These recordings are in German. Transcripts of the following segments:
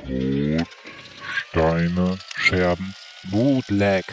Brot, Steine, Scherben, Bootleg.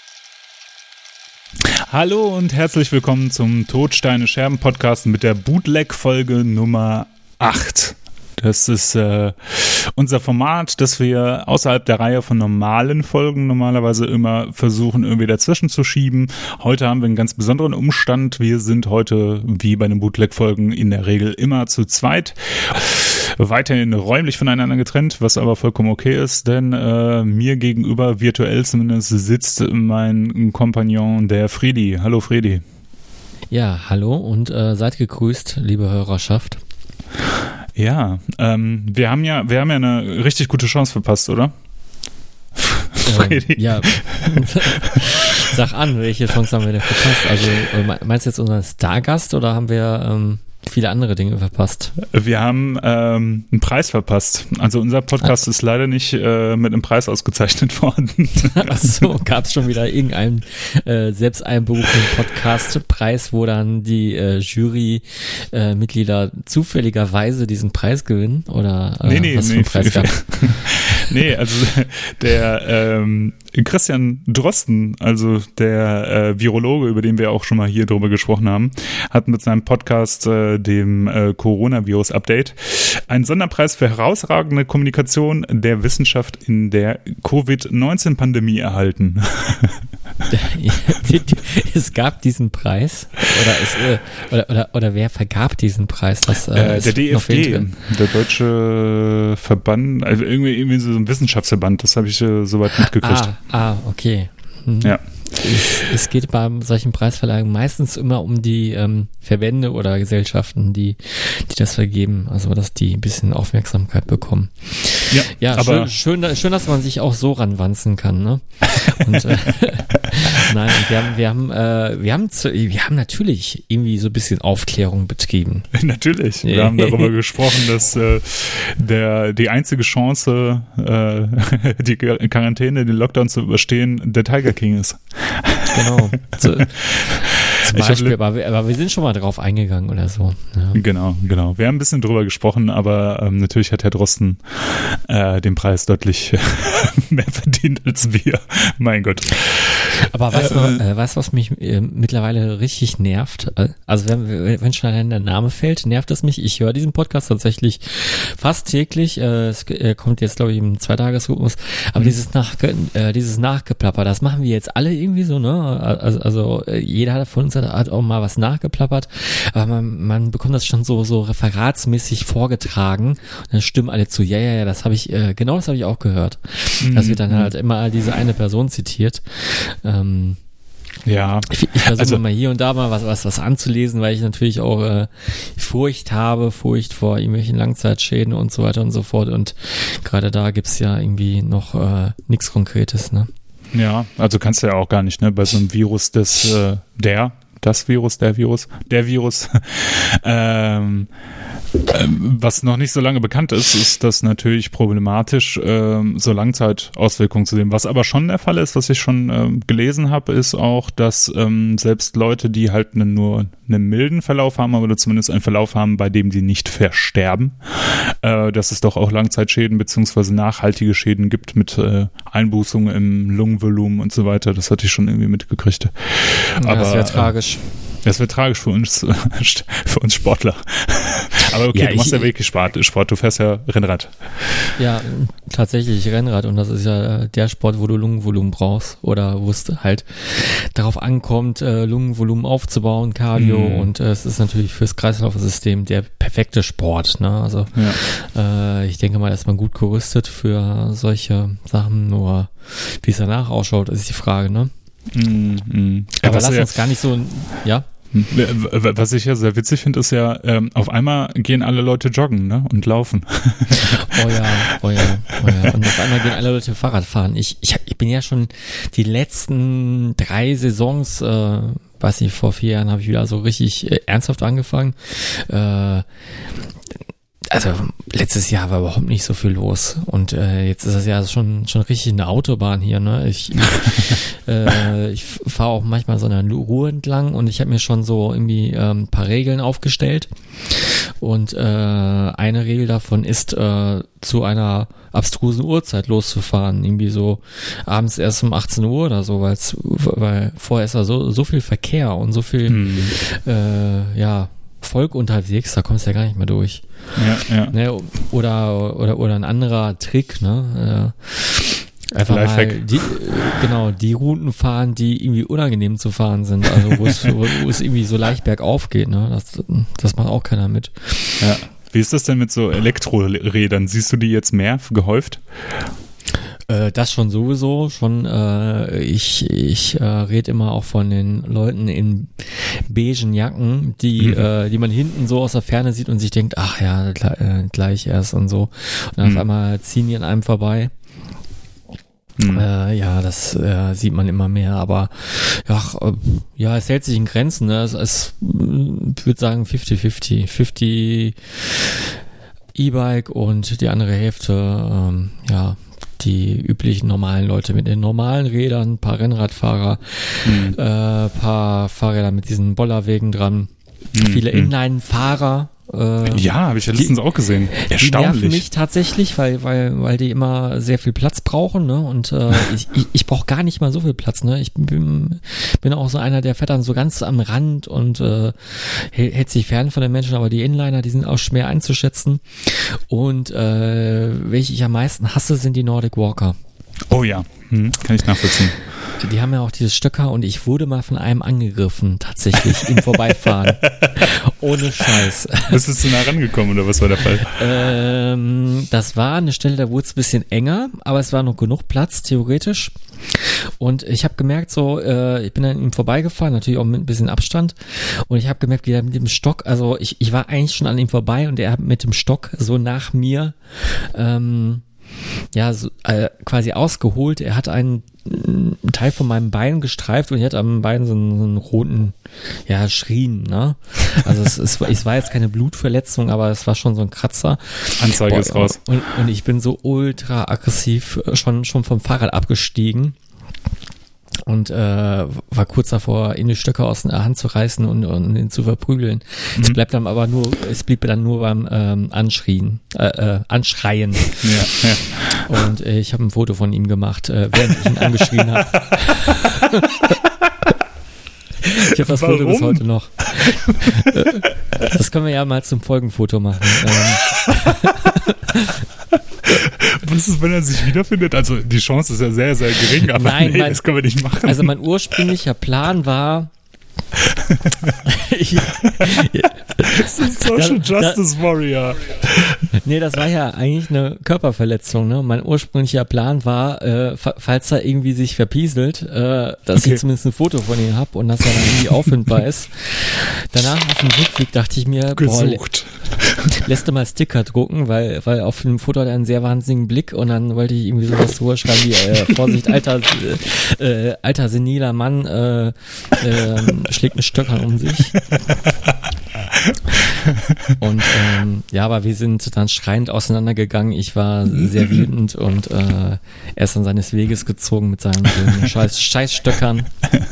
Hallo und herzlich willkommen zum Todsteine Scherben Podcast mit der Bootleg-Folge Nummer 8. Das ist unser Format, das wir außerhalb der Reihe von normalen Folgen normalerweise immer versuchen, irgendwie dazwischen zu schieben. Heute haben wir einen ganz besonderen Umstand. Wir sind heute, wie bei den Bootleg-Folgen, in der Regel immer zu zweit. Weiterhin räumlich voneinander getrennt, was aber vollkommen okay ist, denn mir gegenüber, virtuell zumindest, sitzt mein Kompagnon, der Fredi. Hallo Fredi. Ja, hallo und seid gegrüßt, liebe Hörerschaft. Ja, wir haben ja eine richtig gute Chance verpasst, oder? Ja, sag an, welche Chance haben wir denn verpasst? Also meinst du jetzt unseren Stargast oder haben wir viele andere Dinge verpasst? Wir haben einen Preis verpasst. Also unser Podcast ist leider nicht mit einem Preis ausgezeichnet worden. Ach so, gab es schon wieder irgendeinen selbst einberufenen Podcast-Preis, wo dann die Jury-Mitglieder zufälligerweise diesen Preis gewinnen? Oder was für einen Preis gab? Nee, also der Christian Drosten, also der Virologe, über den wir auch schon mal hier drüber gesprochen haben, hat mit seinem Podcast, dem Coronavirus-Update, einen Sonderpreis für herausragende Kommunikation der Wissenschaft in der Covid-19-Pandemie erhalten. Es gab diesen Preis oder wer vergab diesen Preis? Das, der DFG, der Deutsche Verband, also irgendwie so ein Wissenschaftsverband, das habe ich soweit mitgekriegt. Okay. Ja. Es geht bei solchen Preisverleihungen meistens immer um die Verbände oder Gesellschaften, die das vergeben, also dass die ein bisschen Aufmerksamkeit bekommen. Ja, aber schön, dass man sich auch so ranwanzen kann, ne? Und nein, wir haben natürlich irgendwie so ein bisschen Aufklärung betrieben. Natürlich. Wir haben darüber gesprochen, dass die einzige Chance, die Quarantäne, den Lockdown zu überstehen, der Tiger King ist. Genau. Zum Beispiel, aber wir sind schon mal drauf eingegangen oder so. Ja. Genau. Wir haben ein bisschen drüber gesprochen, aber natürlich hat Herr Drosten den Preis deutlich mehr verdient als wir. Mein Gott. Aber weißt du, was mich mittlerweile richtig nervt? Also wenn schon allein der Name fällt, nervt es mich. Ich höre diesen Podcast tatsächlich fast täglich. Es kommt jetzt, glaube ich, im Zweitagesrhythmus. Aber dieses Nachgeplapper, das machen wir jetzt alle irgendwie so, ne? Also jeder von uns hat auch mal was nachgeplappert. Aber man bekommt das schon so referatsmäßig vorgetragen. Und dann stimmen alle zu. Ja, das habe ich, genau das habe ich auch gehört. Das wird dann halt immer diese eine Person zitiert. Ja. Ich versuche mal hier und da mal was anzulesen, weil ich natürlich auch Furcht vor irgendwelchen Langzeitschäden und so weiter und so fort. Und gerade da gibt's ja irgendwie noch nichts Konkretes, ne? Ja, also kannst du ja auch gar nicht, ne? Bei so einem Virus der Virus, was noch nicht so lange bekannt ist das natürlich problematisch, so Langzeitauswirkungen zu sehen. Was aber schon der Fall ist, was ich schon gelesen habe, ist auch, dass selbst Leute, die halt nur einen milden Verlauf haben, oder zumindest einen Verlauf haben, bei dem die nicht versterben, dass es doch auch Langzeitschäden bzw. nachhaltige Schäden gibt mit Einbußungen im Lungenvolumen und so weiter. Das hatte ich schon irgendwie mitgekriegt. Aber das wäre tragisch. Das wird tragisch für uns Sportler. Aber okay, du machst ja wirklich Sport, du fährst ja Rennrad. Ja, tatsächlich Rennrad, und das ist ja der Sport, wo du Lungenvolumen brauchst oder wo es halt darauf ankommt, Lungenvolumen aufzubauen, Cardio, und es ist natürlich fürs Kreislaufsystem der perfekte Sport, ne? Also ich denke mal, ist man gut gerüstet für solche Sachen, nur wie es danach ausschaut, ist die Frage, ne? Aber lass uns gar nicht so, ja? Was ich ja sehr witzig finde, ist ja, auf einmal gehen alle Leute joggen, ne, und laufen. Oh ja. Und auf einmal gehen alle Leute Fahrrad fahren. Ich bin ja schon die letzten 3 Saisons, weiß nicht, vor 4 Jahren habe ich wieder so richtig ernsthaft angefangen. Also letztes Jahr war überhaupt nicht so viel los, und jetzt ist das ja schon richtig eine Autobahn hier, ne? Ich fahre auch manchmal so eine Ruhe entlang, und ich habe mir schon so irgendwie ein paar Regeln aufgestellt, Und eine Regel davon ist, zu einer abstrusen Uhrzeit loszufahren. Irgendwie so abends erst um 18 Uhr oder so, weil vorher ist da so viel Verkehr und so viel Volk unterwegs, da kommst du ja gar nicht mehr durch. Ja. Ne, oder ein anderer Trick, ne? Einfach Lifehack. mal die Routen fahren, die irgendwie unangenehm zu fahren sind, also wo es irgendwie so leicht bergauf geht, ne? Das macht auch keiner mit. Ja. Wie ist das denn mit so Elektrorädern? Siehst du die jetzt mehr gehäuft? Das schon sowieso. Ich rede immer auch von den Leuten in beigen Jacken, die man hinten so aus der Ferne sieht und sich denkt, ach ja, gleich erst und so. Und dann auf einmal ziehen die an einem vorbei. Das sieht man immer mehr, aber es hält sich in Grenzen. Ne? Ich würde sagen 50-50. 50 E-Bike und die andere Hälfte, die üblichen normalen Leute mit den normalen Rädern, ein paar Rennradfahrer, paar Fahrräder mit diesen Bollerwegen dran, viele Inline-Fahrer. Habe ich ja letztens auch gesehen. Erstaunlich. Die nerven mich tatsächlich, weil die immer sehr viel Platz brauchen, ne? Und ich brauche gar nicht mal so viel Platz, ne? Ich bin auch so einer, der fährt dann so ganz am Rand und hält sich fern von den Menschen, aber die Inliner, die sind auch schwer einzuschätzen. Und welche ich am meisten hasse, sind die Nordic Walker. Oh ja, kann ich nachvollziehen. Die haben ja auch dieses Stöcker und ich wurde mal von einem angegriffen, tatsächlich, im Vorbeifahren. Ohne Scheiß. Bist du zu nah rangekommen oder was war der Fall? Das war eine Stelle, da wurde es ein bisschen enger, aber es war noch genug Platz, theoretisch. Und ich habe gemerkt, ich bin an ihm vorbeigefahren, natürlich auch mit ein bisschen Abstand. Und ich habe gemerkt, wie er mit dem Stock, also ich war eigentlich schon an ihm vorbei und er hat mit dem Stock so nach mir quasi ausgeholt. Er hat einen Teil von meinem Bein gestreift und ich hatte am Bein so einen roten, Schrien, ne? Also es war jetzt keine Blutverletzung, aber es war schon so ein Kratzer. Anzeige ist raus. Und ich bin so ultra aggressiv schon vom Fahrrad abgestiegen. Und war kurz davor, ihn die Stöcke aus der Hand zu reißen und ihn zu verprügeln. Es blieb dann nur beim Anschreien. Ja. Und ich habe ein Foto von ihm gemacht, während ich ihn angeschrien habe. Ich habe das Foto bis heute noch. Das können wir ja mal zum Folgenfoto machen. Was ist, wenn er sich wiederfindet? Also die Chance ist ja sehr, sehr gering, aber das können wir nicht machen. Also mein ursprünglicher Plan war, das ist Social Justice Warrior. Nee, das war ja eigentlich eine Körperverletzung, ne? Mein ursprünglicher Plan war, falls er irgendwie sich verpieselt, dass ich zumindest ein Foto von ihm habe und dass er dann irgendwie auffindbar ist. Danach auf dem Rückweg dachte ich mir, lässt du mal Sticker drucken, weil auf dem Foto hat er einen sehr wahnsinnigen Blick und dann wollte ich irgendwie sowas drüber schreiben wie, Vorsicht, alter seniler Mann, schlägt mit Stöckern um sich. Und aber wir sind dann schreiend auseinandergegangen. Ich war sehr wütend und er ist dann seines Weges gezogen mit seinen scheiß Stöckern.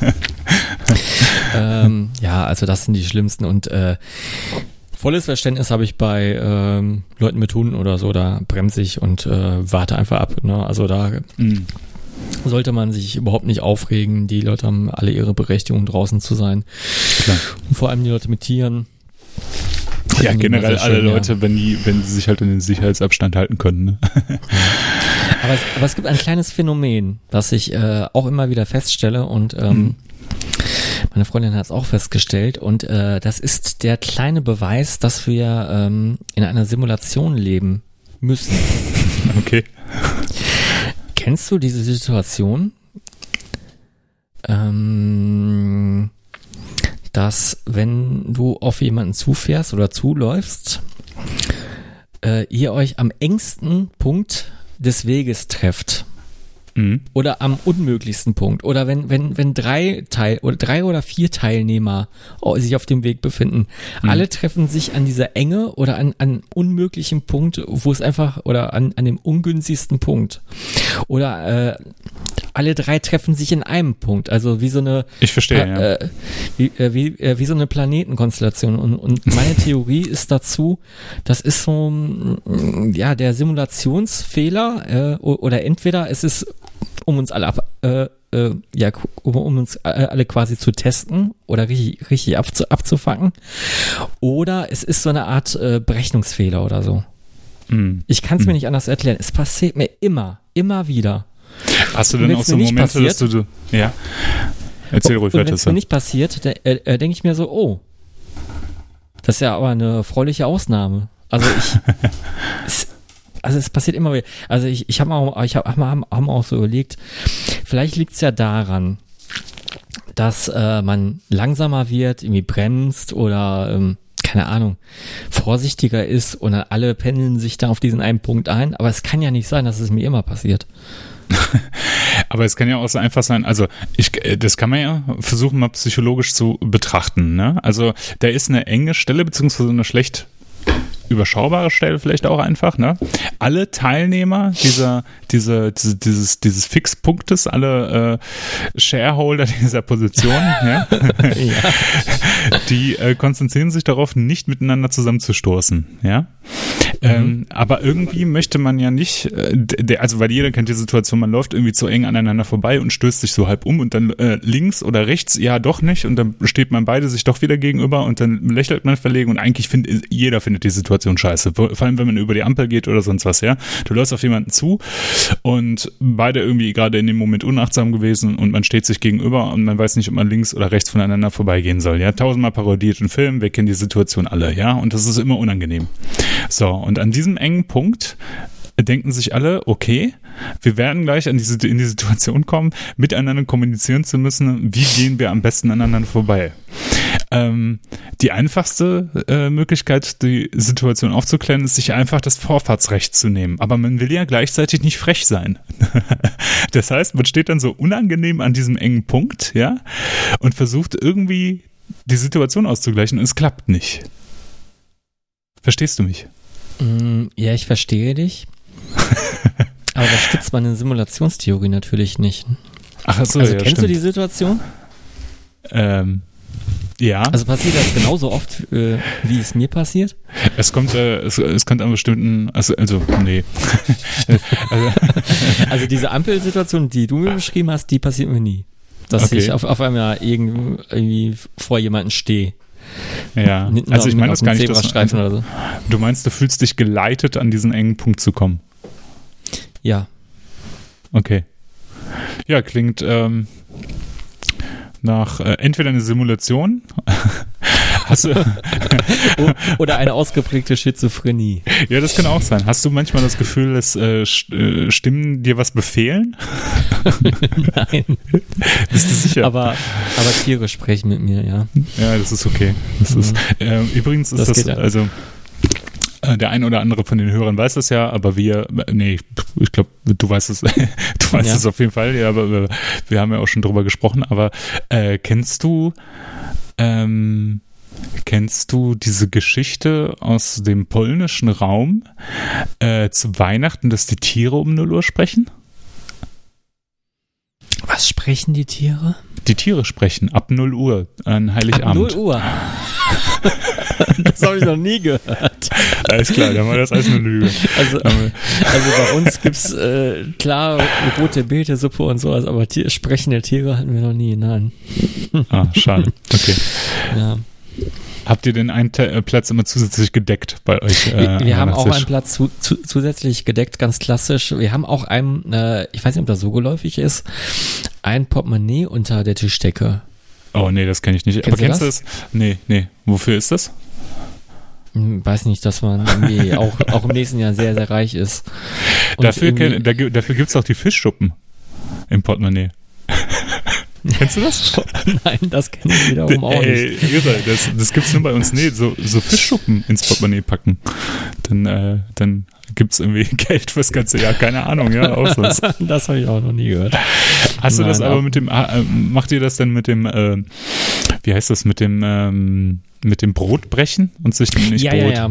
Also das sind die schlimmsten und volles Verständnis habe ich bei Leuten mit Hunden oder so, da bremse ich und warte einfach ab. Ne? Also da sollte man sich überhaupt nicht aufregen. Die Leute haben alle ihre Berechtigung, draußen zu sein. Klar. Und vor allem die Leute mit Tieren. Ja, generell alle Leute, wenn sie sich halt in den Sicherheitsabstand halten können. Ne? Aber es gibt ein kleines Phänomen, das ich auch immer wieder feststelle und meine Freundin hat es auch festgestellt und das ist der kleine Beweis, dass wir in einer Simulation leben müssen. Okay. Kennst du diese Situation, dass wenn du auf jemanden zufährst oder zuläufst, ihr euch am engsten Punkt des Weges trefft? Oder am unmöglichsten Punkt. Oder wenn drei oder vier Teilnehmer sich auf dem Weg befinden. Alle treffen sich an dieser Enge oder an unmöglichen Punkt, wo es einfach, oder an dem ungünstigsten Punkt. Oder alle drei treffen sich in einem Punkt. Also wie so eine Ich verstehe, wie so eine Planetenkonstellation. Und meine Theorie ist dazu, das ist so der Simulationsfehler oder entweder es ist, um uns alle um uns alle quasi zu testen oder richtig abzufacken, oder es ist so eine Art Berechnungsfehler oder so. Ich kann es mir nicht anders erklären. Es passiert mir immer wieder. Hast du denn auch so Momente, dass du... Ja. Erzähl ruhig weiter. Wenn es mir nicht passiert, denke ich mir so, oh, das ist ja aber eine erfreuliche Ausnahme. Also es passiert immer wieder. Also ich habe auch so überlegt, vielleicht liegt es ja daran, dass man langsamer wird, irgendwie bremst oder keine Ahnung, vorsichtiger ist und dann alle pendeln sich da auf diesen einen Punkt ein. Aber es kann ja nicht sein, dass es mir immer passiert. Aber es kann ja auch so einfach sein, also das kann man ja versuchen, mal psychologisch zu betrachten, ne? Also da ist eine enge Stelle, beziehungsweise eine schlecht überschaubare Stelle vielleicht auch einfach, ne? Alle Teilnehmer dieses Fixpunktes, alle Shareholder dieser Position, ja? Die konzentrieren sich darauf, nicht miteinander zusammenzustoßen, ja? Aber irgendwie möchte man ja nicht, also weil jeder kennt die Situation, man läuft irgendwie zu eng aneinander vorbei und stößt sich so halb um und dann links oder rechts, ja doch nicht, und dann steht man beide sich doch wieder gegenüber und dann lächelt man verlegen und eigentlich jeder findet die Situation scheiße, vor allem wenn man über die Ampel geht oder sonst was, ja. Du läufst auf jemanden zu und beide irgendwie gerade in dem Moment unachtsam gewesen und man steht sich gegenüber und man weiß nicht, ob man links oder rechts voneinander vorbeigehen soll, ja. 1000-mal parodiert in Filmen, wir kennen die Situation alle, ja, und das ist immer unangenehm. So, und an diesem engen Punkt denken sich alle, okay, wir werden gleich in die Situation kommen, miteinander kommunizieren zu müssen, wie gehen wir am besten aneinander vorbei. Die einfachste Möglichkeit, die Situation aufzuklären, ist, sich einfach das Vorfahrtsrecht zu nehmen. Aber man will ja gleichzeitig nicht frech sein. Das heißt, man steht dann so unangenehm an diesem engen Punkt, ja, und versucht irgendwie die Situation auszugleichen und es klappt nicht. Verstehst du mich? Ja, ich verstehe dich. Aber das stützt meine Simulationstheorie natürlich nicht. Ach so, also ja, kennst stimmt. du die Situation? Ja. Also passiert das genauso oft, wie es mir passiert? Es kommt an bestimmten, also nee. Also diese Ampelsituation, die du mir beschrieben hast, die passiert mir nie. Dass ich auf einmal irgendwie vor jemanden stehe. Ja, also ich meine das gar nicht. Oder so. Du meinst, du fühlst dich geleitet, an diesen engen Punkt zu kommen? Ja. Okay. Ja, klingt nach entweder eine Simulation hast du oder eine ausgeprägte Schizophrenie. Ja, das kann auch sein. Hast du manchmal das Gefühl, dass Stimmen dir was befehlen? Nein. Bist du sicher? Aber Tiere sprechen mit mir, ja. Ja, das ist okay. Das ist, übrigens ist das also der ein oder andere von den Hörern weiß das ja, aber ich glaube, du weißt es, es auf jeden Fall, ja, aber wir haben ja auch schon drüber gesprochen, aber kennst du diese Geschichte aus dem polnischen Raum zu Weihnachten, dass die Tiere um 0 Uhr sprechen? Was sprechen die Tiere? Die Tiere sprechen ab 0 Uhr an Heiligabend. Ab 0 Uhr? Das habe ich noch nie gehört. Alles klar, dann war das alles eine Lüge. Also bei uns gibt es klar rote Betesuppe und sowas, aber sprechende Tiere hatten wir noch nie, nein. Ah, schade. Okay. Ja. Habt ihr denn einen Platz immer zusätzlich gedeckt bei euch? Wir haben auch einen Platz zusätzlich gedeckt, ganz klassisch. Wir haben auch einen, ich weiß nicht, ob das so geläufig ist, ein Portemonnaie unter der Tischdecke. Oh nee, das kenne ich nicht. Aber kennst du das? Nee. Wofür ist das? Weiß nicht, dass man irgendwie auch im nächsten Jahr sehr, sehr reich ist. Und dafür gibt es auch die Fischschuppen im Portemonnaie. Kennst du das? Nein, das kenne ich wiederum auch nicht. Irre, das gibt's nur bei uns. Nee, so Fischschuppen ins Portemonnaie packen. Dann gibt's irgendwie Geld fürs ganze Jahr. Keine Ahnung, ja, auch so. Das habe ich auch noch nie gehört. Hast du das aber macht ihr das denn mit dem, wie heißt das, mit dem Brotbrechen und sich nicht Brot? Ja.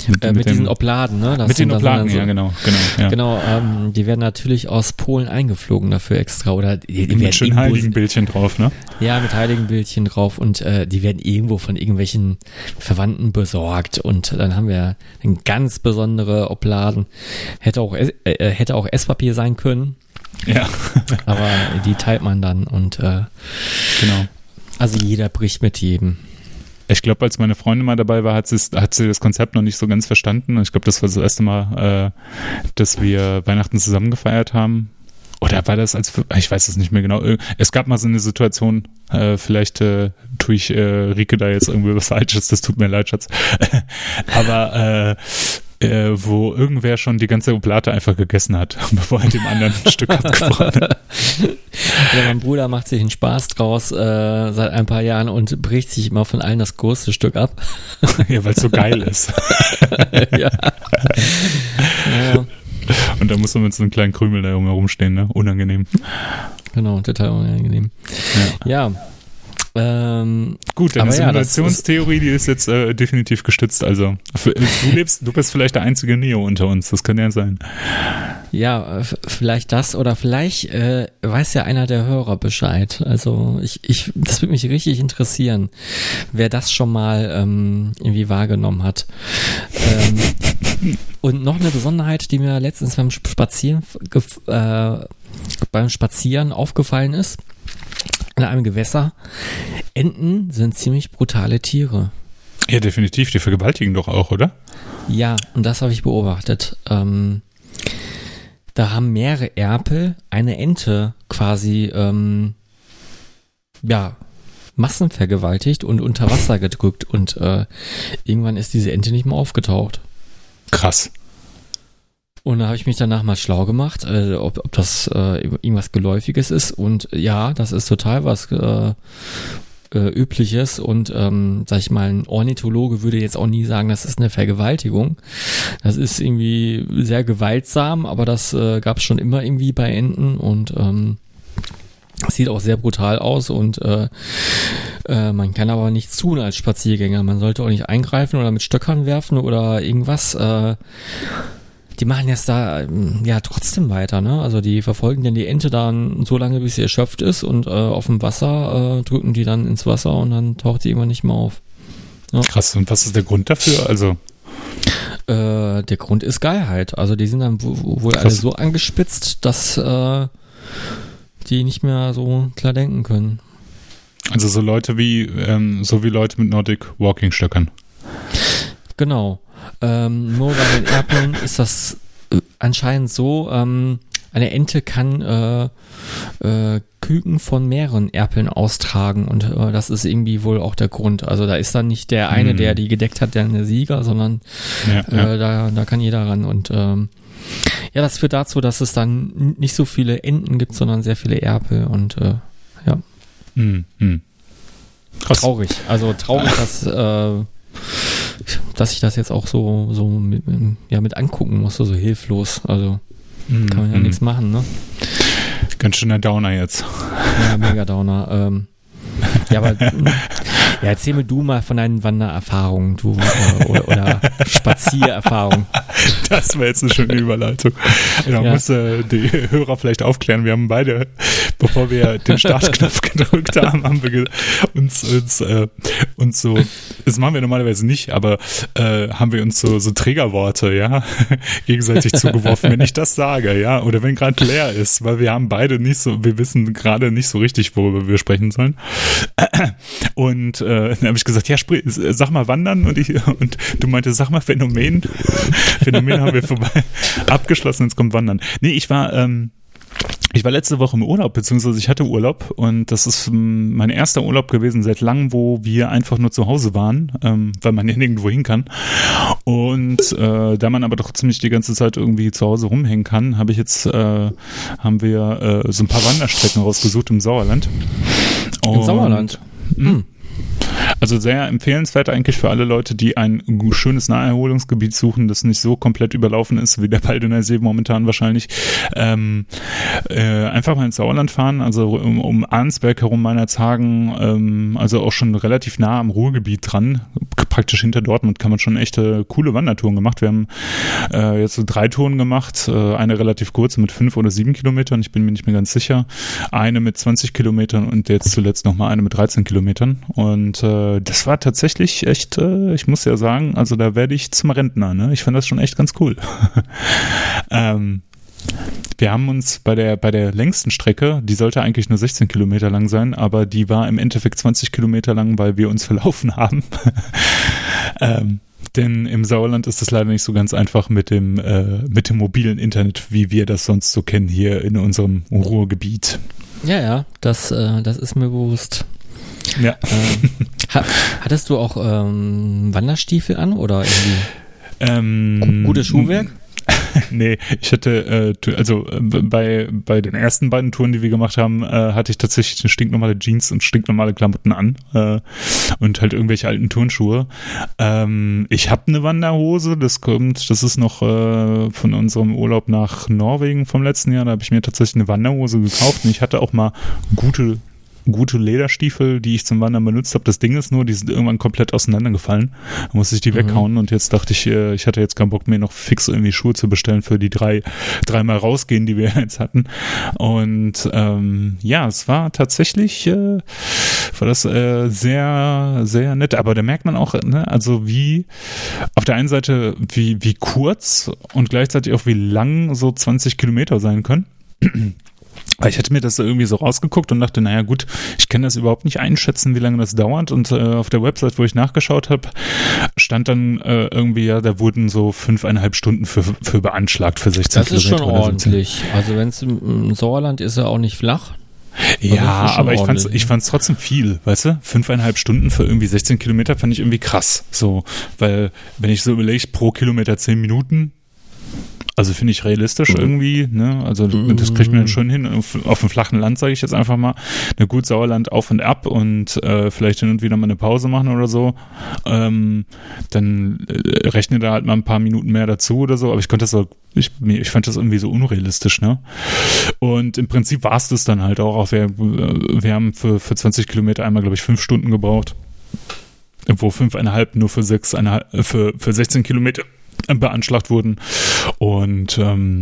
Mit diesen Obladen, ne? Das mit den Obladen, so, ja, genau. Ja. Genau, die werden natürlich aus Polen eingeflogen dafür extra. Oder die mit schönen Heiligenbildchen drauf, ne? Ja, mit Heiligenbildchen drauf und die werden irgendwo von irgendwelchen Verwandten besorgt und dann haben wir eine ganz besondere Obladen. Hätte auch Esspapier sein können. Ja. Aber die teilt man dann und genau. Also jeder bricht mit jedem. Ich glaube, als meine Freundin mal dabei war, hat sie das Konzept noch nicht so ganz verstanden. Ich glaube, das war das erste Mal, dass wir Weihnachten zusammen gefeiert haben. Oder war das ich weiß es nicht mehr genau. Es gab mal so eine Situation, vielleicht tue ich Rike da jetzt irgendwie was Falsches, das tut mir leid, Schatz. Aber wo irgendwer schon die ganze Oblate einfach gegessen hat, bevor er dem anderen ein Stück abgebrochen hat. Ja, mein Bruder macht sich einen Spaß draus seit ein paar Jahren und bricht sich immer von allen das größte Stück ab. Ja, weil es so geil ist. Ja. Und da muss man mit so einem kleinen Krümel da rumstehen, ne? Unangenehm. Genau, total unangenehm. Ja. Gut, deine Simulationstheorie, die ist jetzt definitiv gestützt. Also du bist vielleicht der einzige Neo unter uns, das kann ja sein. Ja, vielleicht das oder vielleicht weiß ja einer der Hörer Bescheid. Also das würde mich richtig interessieren, wer das schon mal irgendwie wahrgenommen hat. Und noch eine Besonderheit, die mir letztens beim Spazieren aufgefallen ist, in einem Gewässer. Enten sind ziemlich brutale Tiere. Ja, definitiv. Die vergewaltigen doch auch, oder? Ja, und das habe ich beobachtet. Da haben mehrere Erpel eine Ente quasi massenvergewaltigt und unter Wasser gedrückt und irgendwann ist diese Ente nicht mehr aufgetaucht. Krass. Und da habe ich mich danach mal schlau gemacht, ob das irgendwas Geläufiges ist. Und ja, das ist total was Übliches. Und sag ich mal, ein Ornithologe würde jetzt auch nie sagen, das ist eine Vergewaltigung. Das ist irgendwie sehr gewaltsam, aber das gab es schon immer irgendwie bei Enten. Und sieht auch sehr brutal aus. Und man kann aber nichts tun als Spaziergänger. Man sollte auch nicht eingreifen oder mit Stöckern werfen oder irgendwas. Die machen jetzt da ja trotzdem weiter, ne? Also die verfolgen dann die Ente dann so lange, bis sie erschöpft ist und auf dem Wasser drücken die dann ins Wasser und dann taucht sie irgendwann nicht mehr auf. Ja. Krass, und was ist der Grund dafür? Also der Grund ist Geilheit. Also die sind dann wohl alle so angespitzt, dass die nicht mehr so klar denken können. Also so Leute wie Leute mit Nordic Walking Stöckern. Genau. Nur bei den Erpeln ist das anscheinend so, eine Ente kann Küken von mehreren Erpeln austragen und das ist irgendwie wohl auch der Grund. Also da ist dann nicht der eine, der die gedeckt hat, der Sieger, sondern da kann jeder ran und das führt dazu, dass es dann nicht so viele Enten gibt, sondern sehr viele Erpel und ja. Krass. Traurig. Also traurig, dass ich das jetzt auch so mit angucken musste, so hilflos. Also kann man ja nichts machen, ne? Ganz schöner Downer jetzt. Ja, mega Downer. Ja, aber erzähl mir du mal von deinen Wandererfahrungen, oder Spaziererfahrungen. Das wäre jetzt eine schöne Überleitung. Da muss die Hörer vielleicht aufklären. Wir haben beide, bevor wir den Startknopf gedrückt haben wir uns so, das machen wir normalerweise nicht, aber haben wir uns so Trägerworte, gegenseitig zugeworfen, wenn ich das sage, oder wenn gerade leer ist, weil wir haben beide wir wissen gerade nicht so richtig, worüber wir sprechen sollen. Und dann habe ich gesagt, sag mal Wandern und du meintest, sag mal Phänomen. Phänomen haben wir vorbei abgeschlossen, jetzt kommt Wandern. Nee, ich war letzte Woche im Urlaub, beziehungsweise ich hatte Urlaub und das ist mein erster Urlaub gewesen seit langem, wo wir einfach nur zu Hause waren, weil man ja nirgendwo hin kann. Und da man aber doch ziemlich die ganze Zeit irgendwie zu Hause rumhängen kann, haben wir so ein paar Wanderstrecken rausgesucht im Sauerland. Im Sauerland? Also sehr empfehlenswert eigentlich für alle Leute, die ein schönes Naherholungsgebiet suchen, das nicht so komplett überlaufen ist, wie der Baldener See momentan wahrscheinlich. Einfach mal ins Sauerland fahren, also um Arnsberg herum, Meinerzhagen, also auch schon relativ nah am Ruhrgebiet dran, praktisch hinter Dortmund kann man schon echte coole Wandertouren gemacht. Wir haben jetzt so 3 Touren gemacht, eine relativ kurze mit 5 oder 7 Kilometern, ich bin mir nicht mehr ganz sicher, eine mit 20 Kilometern und jetzt zuletzt nochmal eine mit 13 Kilometern und das war tatsächlich echt, ich muss ja sagen, also da werde ich zum Rentner, ne? Ich fand das schon echt ganz cool. Wir haben uns bei der längsten Strecke, die sollte eigentlich nur 16 Kilometer lang sein, aber die war im Endeffekt 20 Kilometer lang, weil wir uns verlaufen haben. Denn im Sauerland ist es leider nicht so ganz einfach mit dem mobilen Internet, wie wir das sonst so kennen hier in unserem Ruhrgebiet. Ja, das ist mir bewusst. Ja. Hattest du auch Wanderstiefel an oder irgendwie gutes Schuhwerk? Nee, ich hatte, bei den ersten beiden Touren, die wir gemacht haben, hatte ich tatsächlich eine stinknormale Jeans und stinknormale Klamotten an und halt irgendwelche alten Turnschuhe. Ich habe eine Wanderhose, das ist noch von unserem Urlaub nach Norwegen vom letzten Jahr, da habe ich mir tatsächlich eine Wanderhose gekauft und ich hatte auch mal gute Lederstiefel, die ich zum Wandern benutzt habe. Das Ding ist nur, die sind irgendwann komplett auseinandergefallen. Da musste ich die weghauen und jetzt dachte ich, ich hatte jetzt keinen Bock mehr, noch fix irgendwie Schuhe zu bestellen für die dreimal rausgehen, die wir jetzt hatten. Und es war tatsächlich war das sehr, sehr nett. Aber da merkt man auch, ne, also wie auf der einen Seite wie kurz und gleichzeitig auch wie lang so 20 Kilometer sein können. Ich hatte mir das irgendwie so rausgeguckt und dachte, naja gut, ich kann das überhaupt nicht einschätzen, wie lange das dauert und auf der Website, wo ich nachgeschaut habe, stand dann irgendwie, ja, da wurden so 5,5 Stunden für beanschlagt für 16 Kilometer. Das ist schon ordentlich. Also wenn es im Sauerland ist, ja auch nicht flach. Ja, aber ich fand's trotzdem viel, weißt du? 5,5 Stunden für irgendwie 16 Kilometer fand ich irgendwie krass. So, weil wenn ich so überlege, pro Kilometer 10 Minuten, also finde ich realistisch irgendwie, ne? Also das kriegt man dann schon hin. Auf dem flachen Land, sage ich jetzt einfach mal. Na gut, Sauerland auf und ab und vielleicht hin und wieder mal eine Pause machen oder so. Dann rechne da halt mal ein paar Minuten mehr dazu oder so. Aber ich fand das irgendwie so unrealistisch, ne? Und im Prinzip war es das dann halt auch. Wir haben für 20 Kilometer einmal, glaube ich, 5 Stunden gebraucht. Wo 5,5 nur für 16 Kilometer beanschlagt wurden und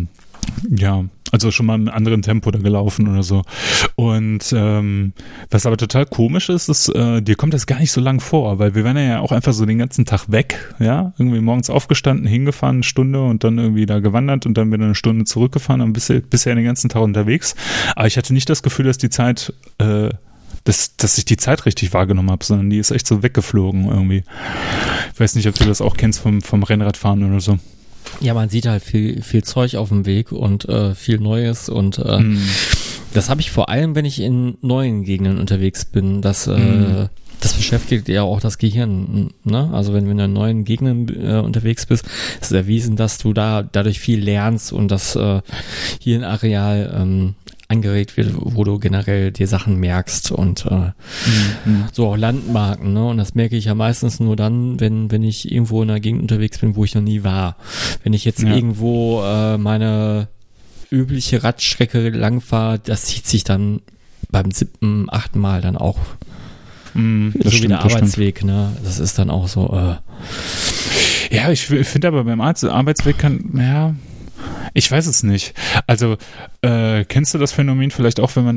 also schon mal in einem anderen Tempo da gelaufen oder so. Und was aber total komisch ist, dir kommt das gar nicht so lang vor, weil wir waren ja auch einfach so den ganzen Tag weg, ja, irgendwie morgens aufgestanden, hingefahren, eine Stunde und dann irgendwie da gewandert und dann wieder eine Stunde zurückgefahren und bisher den ganzen Tag unterwegs. Aber ich hatte nicht das Gefühl, dass die Zeit dass ich die Zeit richtig wahrgenommen habe, sondern die ist echt so weggeflogen irgendwie. Ich weiß nicht, ob du das auch kennst vom Rennradfahren oder so. Ja, man sieht halt viel Zeug auf dem Weg und viel Neues und das habe ich vor allem, wenn ich in neuen Gegenden unterwegs bin. Das beschäftigt ja auch das Gehirn, ne? Also wenn du in neuen Gegenden unterwegs bist, ist es erwiesen, dass du dadurch viel lernst und dass hier ein Areal angeregt wird, wo du generell dir Sachen merkst und so auch Landmarken, ne? Und das merke ich ja meistens nur dann, wenn ich irgendwo in einer Gegend unterwegs bin, wo ich noch nie war. Wenn ich jetzt irgendwo meine übliche Radstrecke langfahre, das zieht sich dann beim 7., 8. Mal dann auch so wie der Arbeitsweg, ne? Das ist dann auch so Ja, ich finde aber beim Arbeitsweg ich weiß es nicht. Also, kennst du das Phänomen vielleicht auch, wenn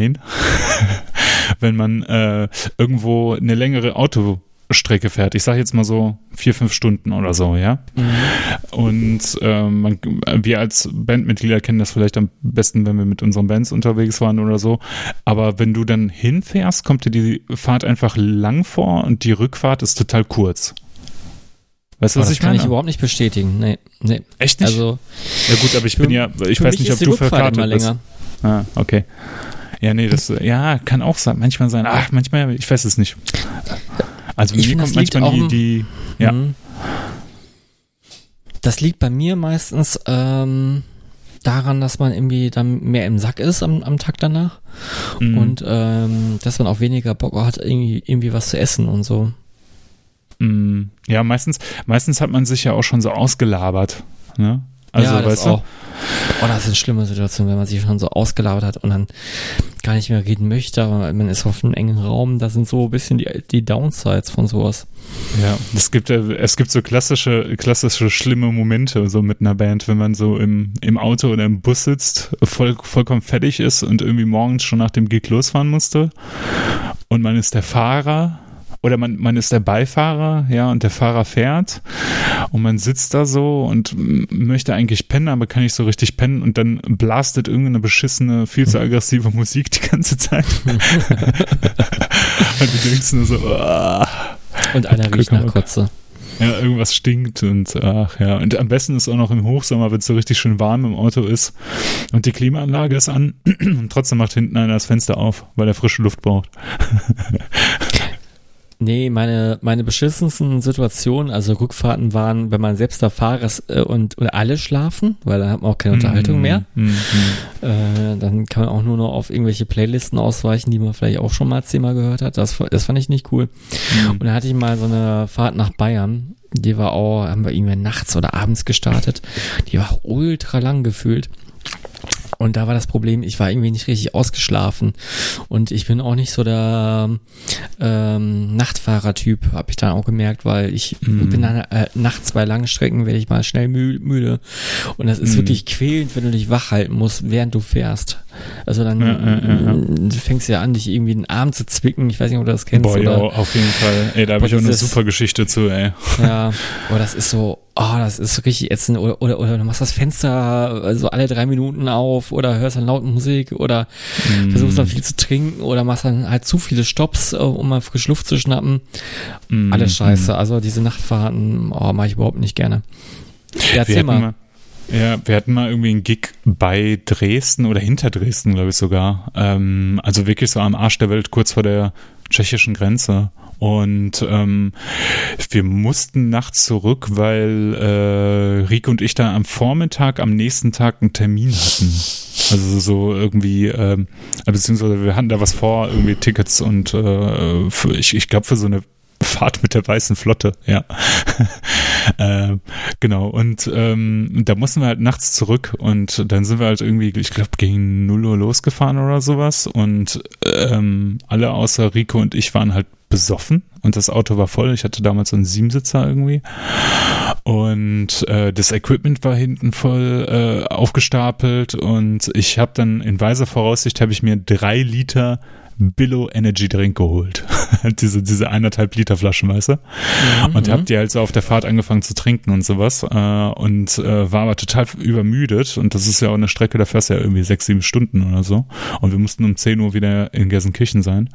man irgendwo eine längere Autostrecke fährt? Ich sage jetzt mal so 4-5 Stunden oder so, ja? Und wir als Bandmitglieder kennen das vielleicht am besten, wenn wir mit unseren Bands unterwegs waren oder so. Aber wenn du dann hinfährst, kommt dir die Fahrt einfach lang vor und die Rückfahrt ist total kurz. Weißt du, was ich meine? Das kann ich überhaupt nicht bestätigen. Nee. Echt nicht? Also, ja gut, aber ich weiß nicht, ob du verkartet bist. Ah, okay. Ja, nee, kann auch manchmal sein. Ach, manchmal, ich weiß es nicht. Also mir kommt manchmal die Das liegt bei mir meistens daran, dass man irgendwie dann mehr im Sack ist am Tag danach und dass man auch weniger Bock hat, irgendwie was zu essen und so. Ja, meistens hat man sich ja auch schon so ausgelabert, ne? Also, ja, das weißt du? auch. Oh, das ist eine schlimme Situation, wenn man sich schon so ausgelabert hat und dann gar nicht mehr reden möchte, aber man ist auf einem engen Raum. Das sind so ein bisschen die Downsides von sowas. Ja, es gibt so klassische schlimme Momente so mit einer Band, wenn man so im Auto oder im Bus sitzt, vollkommen fertig ist und irgendwie morgens schon nach dem Gig losfahren musste und man ist der Fahrer. Oder man ist der Beifahrer, ja, und der Fahrer fährt und man sitzt da so und möchte eigentlich pennen, aber kann nicht so richtig pennen und dann blastet irgendeine beschissene, viel zu aggressive Musik die ganze Zeit. Und du denkst nur so, Und einer riecht nach Kotze. Ja, irgendwas stinkt und ach ja. Und am besten ist auch noch im Hochsommer, wenn es so richtig schön warm im Auto ist und die Klimaanlage ist an und trotzdem macht hinten einer das Fenster auf, weil er frische Luft braucht. Nee, meine beschissensten Situationen, also Rückfahrten waren, wenn man selbst der Fahrer ist und alle schlafen, weil dann hat man auch keine Unterhaltung mehr. Dann kann man auch nur noch auf irgendwelche Playlisten ausweichen, die man vielleicht auch schon mal 10-mal gehört hat. Das fand ich nicht cool. Und dann hatte ich mal so eine Fahrt nach Bayern, die war auch, haben wir irgendwann nachts oder abends gestartet. Die war ultra lang gefühlt. Und da war das Problem, ich war irgendwie nicht richtig ausgeschlafen und ich bin auch nicht so der Nachtfahrer-Typ, habe ich dann auch gemerkt, weil ich bin dann nachts bei langen Strecken, werde ich mal schnell müde und das ist wirklich quälend, wenn du dich wach halten musst, während du fährst. Also dann fängst du ja an, dich irgendwie den Arm zu zwicken, ich weiß nicht, ob du das kennst. Boah, oder? Ja, auf jeden Fall. Ey, da habe ich auch eine super Geschichte zu, ey. Ja, aber das ist so, das ist richtig ätzend. Oder du machst das Fenster so alle 3 Minuten auf oder hörst dann laut Musik oder versuchst dann viel zu trinken oder machst dann halt zu viele Stopps, um mal frische Luft zu schnappen. Alles scheiße. Also diese Nachtfahrten mache ich überhaupt nicht gerne. Ja, erzähl mal. Ja, wir hatten mal irgendwie einen Gig bei Dresden oder hinter Dresden, glaube ich sogar. Also wirklich so am Arsch der Welt, kurz vor der tschechischen Grenze. Und wir mussten nachts zurück, weil Rieke und ich da am Vormittag, am nächsten Tag einen Termin hatten. Also so irgendwie, beziehungsweise wir hatten da was vor, irgendwie Tickets und ich glaube für so eine Fahrt mit der Weißen Flotte, ja. Genau, und da mussten wir halt nachts zurück und dann sind wir halt irgendwie, ich glaube, gegen 0 Uhr losgefahren oder sowas und alle außer Rico und ich waren halt besoffen und das Auto war voll. Ich hatte damals so einen 7-Sitzer irgendwie und das Equipment war hinten voll aufgestapelt und ich habe dann in weiser Voraussicht habe ich mir 3 Liter Billo Energy Drink geholt. diese 1,5 Liter Flaschen, weißt du? Und hab die halt so auf der Fahrt angefangen zu trinken und sowas und war aber total übermüdet und das ist ja auch eine Strecke, da fährst du ja irgendwie 6-7 Stunden oder so und wir mussten um 10 Uhr wieder in Gelsenkirchen sein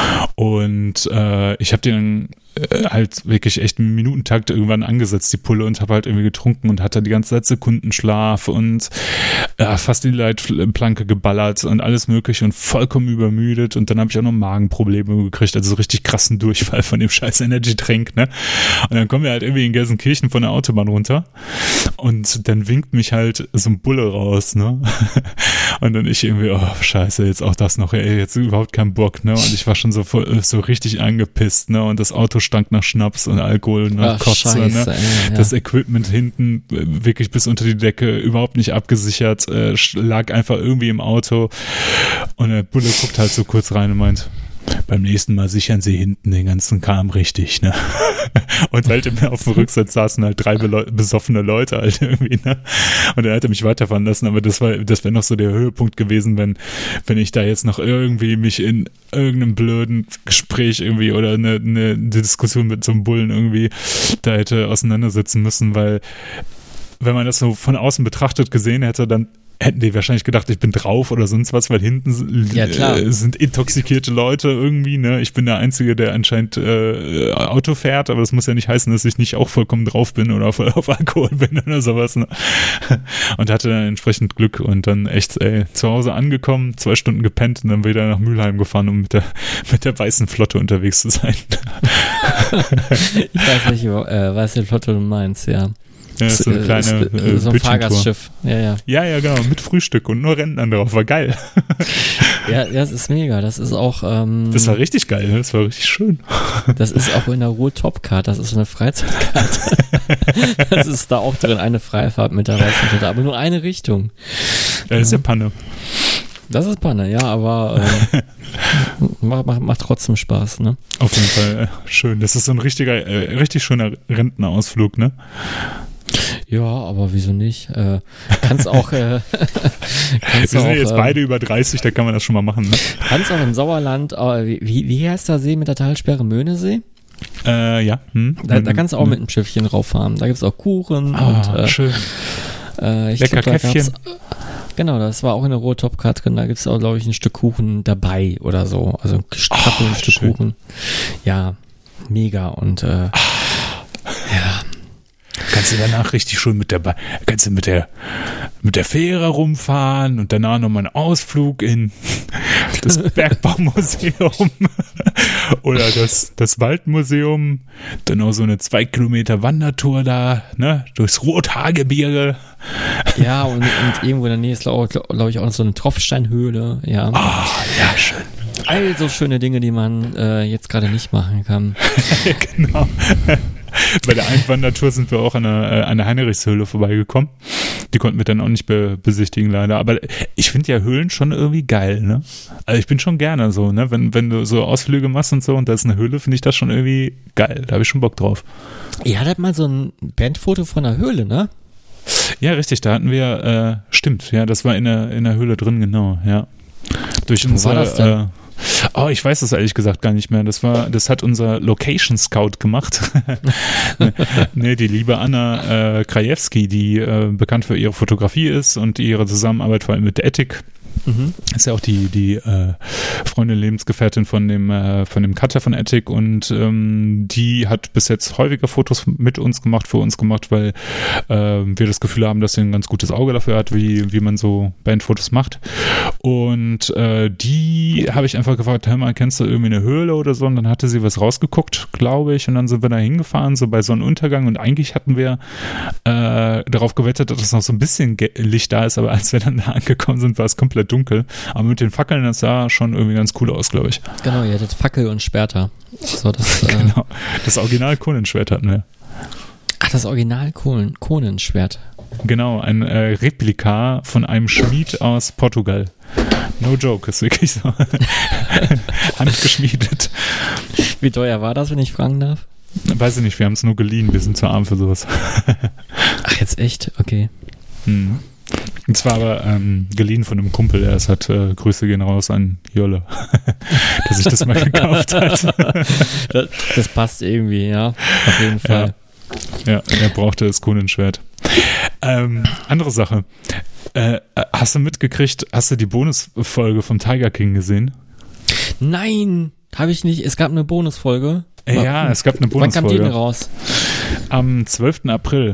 und ich habe die dann halt wirklich echt im Minutentakt irgendwann angesetzt, die Pulle, und habe halt irgendwie getrunken und hatte die ganze Zeit Sekundenschlaf und fast die Leitplanke geballert und alles mögliche und vollkommen übermüdet und dann habe ich auch noch Magenprobleme gekriegt, also so richtig krassen Durchfall von dem scheiß Energy-Drink, ne? Und dann kommen wir halt irgendwie in Gelsenkirchen von der Autobahn runter und dann winkt mich halt so ein Bulle raus, ne? Und dann ich irgendwie, scheiße, jetzt auch das noch, ey, jetzt überhaupt keinen Bock, ne? Und ich war schon so richtig angepisst, ne? Und das Auto stank nach Schnaps und Alkohol, nach Kotze, ne? Ja. Das Equipment hinten wirklich bis unter die Decke, überhaupt nicht abgesichert, lag einfach irgendwie im Auto und der Bulle guckt halt so kurz rein und meint, beim nächsten Mal sichern Sie hinten den ganzen Kram richtig, ne? Und halt auf dem Rücksitz saßen halt 3 besoffene Leute halt irgendwie, ne? Und er hatte mich weiterfahren lassen, aber das wäre noch so der Höhepunkt gewesen, wenn ich da jetzt noch irgendwie mich in irgendeinem blöden Gespräch irgendwie oder eine Diskussion mit so einem Bullen irgendwie da hätte auseinandersetzen müssen, weil wenn man das so von außen betrachtet gesehen hätte, dann hätten die wahrscheinlich gedacht, ich bin drauf oder sonst was, weil hinten sind intoxikierte Leute irgendwie, ne? Ich bin der Einzige, der anscheinend Auto fährt, aber das muss ja nicht heißen, dass ich nicht auch vollkommen drauf bin oder voll auf Alkohol bin oder sowas, ne? Und hatte dann entsprechend Glück und dann echt, zu Hause angekommen, 2 Stunden gepennt und dann wieder nach Mülheim gefahren, um mit der Weißen Flotte unterwegs zu sein. Ich weiß nicht, was die Flotte du meinst, ja. Ja, so eine kleine so ein Bridgentour. Fahrgastschiff. Ja. Ja, genau, mit Frühstück und nur Rentnern drauf. War geil. Ja, das ist mega. Das ist auch. Das war richtig geil, ne? Das war richtig schön. Das ist auch in der Ruhr Topcard. Das ist so eine Freizeitkarte. Das ist da auch drin, eine Freifahrt mit dabei, aber nur eine Richtung. Das ist ja Panne. Das ist Panne, ja, aber macht trotzdem Spaß, ne? Auf jeden Fall schön. Das ist so ein richtig schöner Rentnerausflug, ne? Ja, aber wieso nicht? Kannst auch. Wir sind ja jetzt beide über 30, da kann man das schon mal machen, ne? Kannst auch im Sauerland, wie heißt der See mit der Talsperre? Möhnesee? Ja. Da kannst du auch mit einem Schiffchen rauffahren. Da gibt's auch Kuchen und schön. Lecker Käffchen. Genau, das war auch in der Ruhr Topcard drin. Da gibt's auch, glaube ich, ein Stück Kuchen dabei oder so. Also ein Kaffee und ein Stück schön. Kuchen. Ja, mega und ja. Kannst du danach richtig schön mit der Fähre rumfahren und danach nochmal einen Ausflug in das Bergbaumuseum oder das Waldmuseum, dann auch so eine 2 Kilometer Wandertour da, ne, durchs Rothaargebirge. Ja, und irgendwo in der Nähe ist, glaube ich, auch noch so eine Tropfsteinhöhle. Ja. Ja, schön. Also schöne Dinge, die man jetzt gerade nicht machen kann. Genau. Bei der Einwandertour sind wir auch an der Heinrichshöhle vorbeigekommen. Die konnten wir dann auch nicht besichtigen, leider. Aber ich finde ja Höhlen schon irgendwie geil, ne? Also ich bin schon gerne so, ne? Wenn du so Ausflüge machst und so und da ist eine Höhle, finde ich das schon irgendwie geil. Da habe ich schon Bock drauf. Ihr hattet mal so ein Bandfoto von der Höhle, ne? Ja, richtig. Da hatten wir, stimmt, ja, das war in der Höhle drin, genau, ja. Durch Wo war das denn? Ich weiß das ehrlich gesagt gar nicht mehr. Das hat unser Location Scout gemacht. Nee, die liebe Anna Krajewski, die bekannt für ihre Fotografie ist und ihre Zusammenarbeit vor allem mit der Ethik. Mhm. Ist ja auch die Freundin, Lebensgefährtin von dem Cutter von Ethik und die hat bis jetzt häufiger Fotos mit uns gemacht, für uns gemacht, weil wir das Gefühl haben, dass sie ein ganz gutes Auge dafür hat, wie man so Bandfotos macht. Und die habe ich einfach gefragt, hör mal, kennst du irgendwie eine Höhle oder so? Und dann hatte sie was rausgeguckt, glaube ich, und dann sind wir da hingefahren, so bei Sonnenuntergang und eigentlich hatten wir darauf gewettet, dass noch so ein bisschen Licht da ist, aber als wir dann da angekommen sind, war es komplett dunkel. Aber mit den Fackeln, das sah schon irgendwie ganz cool aus, glaube ich. Genau, ihr hattet Fackel und Schwerter. So, genau, das Original Konenschwert hatten wir. Ach, das Original Konenschwert. Genau, ein Replika von einem Schmied aus Portugal. No joke, ist wirklich so. Handgeschmiedet. Wie teuer war das, wenn ich fragen darf? Weiß ich nicht, wir haben es nur geliehen, wir sind zu arm für sowas. Ach, jetzt echt? Okay. Mhm. Und zwar aber geliehen von einem Kumpel, der es hat, Grüße gehen raus an Jolle, der sich das mal gekauft hat. Das passt irgendwie, ja, auf jeden Fall. Ja, er brauchte das Konenschwert. Andere Sache, hast du mitgekriegt, hast du die Bonusfolge vom Tiger King gesehen? Nein, habe ich nicht, es gab eine Bonusfolge. Ja, es gab eine Bonusfolge. Wann kam die denn raus? Am 12. April.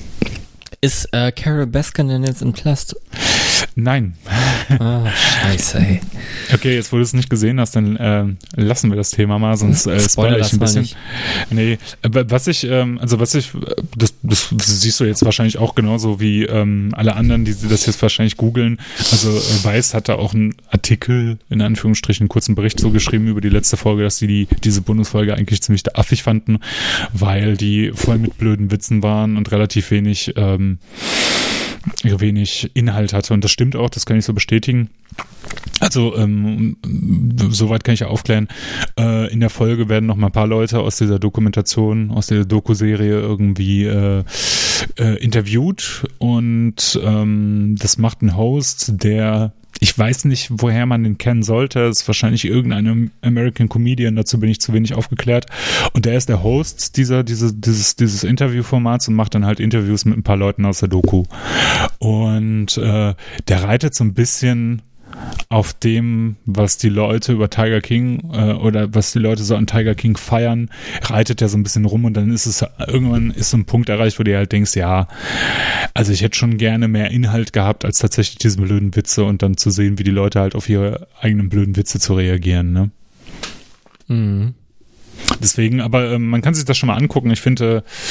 Ist Carol Baskin denn jetzt im Knast? Nein. Scheiße, ey. Okay, jetzt wo du es nicht gesehen hast, dann lassen wir das Thema mal, sonst spoilere ich ein bisschen. Nicht. Nee, das siehst du jetzt wahrscheinlich auch genauso wie alle anderen, die das jetzt wahrscheinlich googeln. Also Weiß hat da auch einen Artikel, in Anführungsstrichen, einen kurzen Bericht so geschrieben über die letzte Folge, dass sie diese Bundesfolge eigentlich ziemlich affig fanden, weil die voll mit blöden Witzen waren und relativ wenig Inhalt hatte. Und das stimmt auch, das kann ich so bestätigen. Also, soweit kann ich ja aufklären. In der Folge werden noch mal ein paar Leute aus dieser Dokumentation, aus der Doku-Serie irgendwie interviewt und das macht ein Host, der, ich weiß nicht, woher man den kennen sollte. Es ist wahrscheinlich irgendein American Comedian, dazu bin ich zu wenig aufgeklärt. Und der ist der Host dieses Interviewformats und macht dann halt Interviews mit ein paar Leuten aus der Doku. Und der reitet so ein bisschen auf dem, was die Leute über Tiger King oder was die Leute so an Tiger King feiern, reitet er so ein bisschen rum und dann irgendwann ist so ein Punkt erreicht, wo du halt denkst, ja, also ich hätte schon gerne mehr Inhalt gehabt, als tatsächlich diese blöden Witze und dann zu sehen, wie die Leute halt auf ihre eigenen blöden Witze zu reagieren, ne? Mhm. Deswegen, aber man kann sich das schon mal angucken. Ich finde,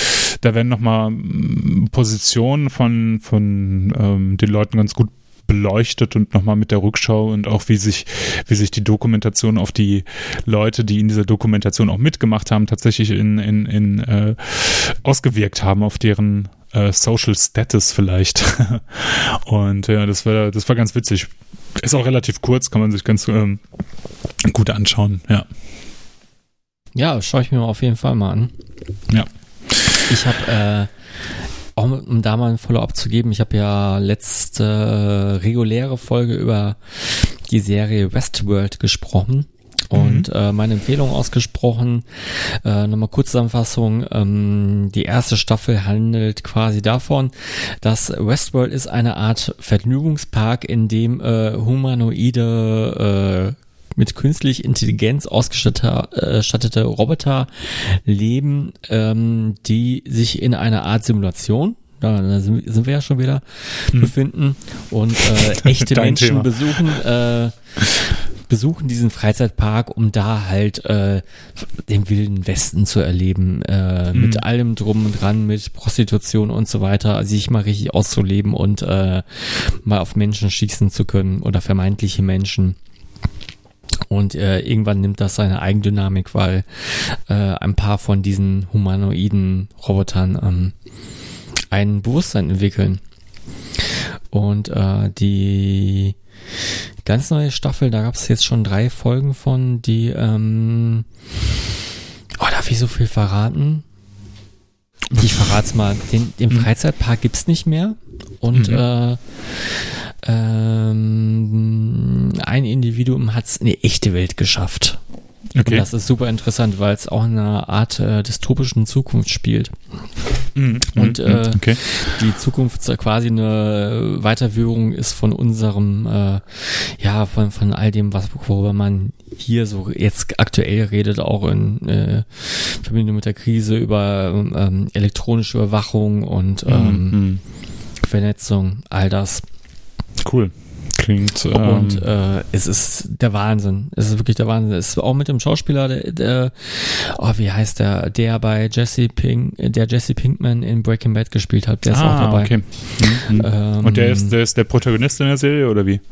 da werden nochmal Positionen von den Leuten ganz gut beleuchtet und nochmal mit der Rückschau und auch wie sich die Dokumentation auf die Leute, die in dieser Dokumentation auch mitgemacht haben, tatsächlich ausgewirkt haben auf deren Social Status vielleicht. Und ja, das war ganz witzig. Ist auch relativ kurz, kann man sich ganz gut anschauen, ja. Ja, schaue ich mir auf jeden Fall mal an. Ja. Ich habe auch um da mal ein Follow-up zu geben, ich habe ja letzte reguläre Folge über die Serie Westworld gesprochen und meine Empfehlung ausgesprochen. Nochmal kurz Zusammenfassung. Die erste Staffel handelt quasi davon, dass Westworld ist eine Art Vergnügungspark, in dem humanoide mit künstlich Intelligenz ausgestattete Roboter leben, die sich in einer Art Simulation, da sind wir ja schon wieder, befinden und echte Menschen besuchen diesen Freizeitpark, um da halt den wilden Westen zu erleben, mit allem drum und dran, mit Prostitution und so weiter, sich mal richtig auszuleben und mal auf Menschen schießen zu können oder vermeintliche Menschen. Und irgendwann nimmt das seine Eigendynamik, weil ein paar von diesen humanoiden Robotern ein Bewusstsein entwickeln. Und die ganz neue Staffel, da gab es jetzt schon 3 Folgen von, die darf ich so viel verraten? Ich verrat's mal. Den Freizeitpark gibt's nicht mehr. Und ein Individuum hat es in die echte Welt geschafft. Okay. Und das ist super interessant, weil es auch in einer Art dystopischen Zukunft spielt. Und die Zukunft quasi eine Weiterführung ist von unserem, von all dem, worüber man hier so jetzt aktuell redet, auch in Verbindung mit der Krise über elektronische Überwachung und Vernetzung, all das. Cool. Klingt. Und es ist der Wahnsinn. Es ist wirklich der Wahnsinn. Es ist auch mit dem Schauspieler, wie heißt der bei Jesse Pinkman in Breaking Bad gespielt hat. Der ist auch dabei. Okay. Und der ist der Protagonist in der Serie, oder wie?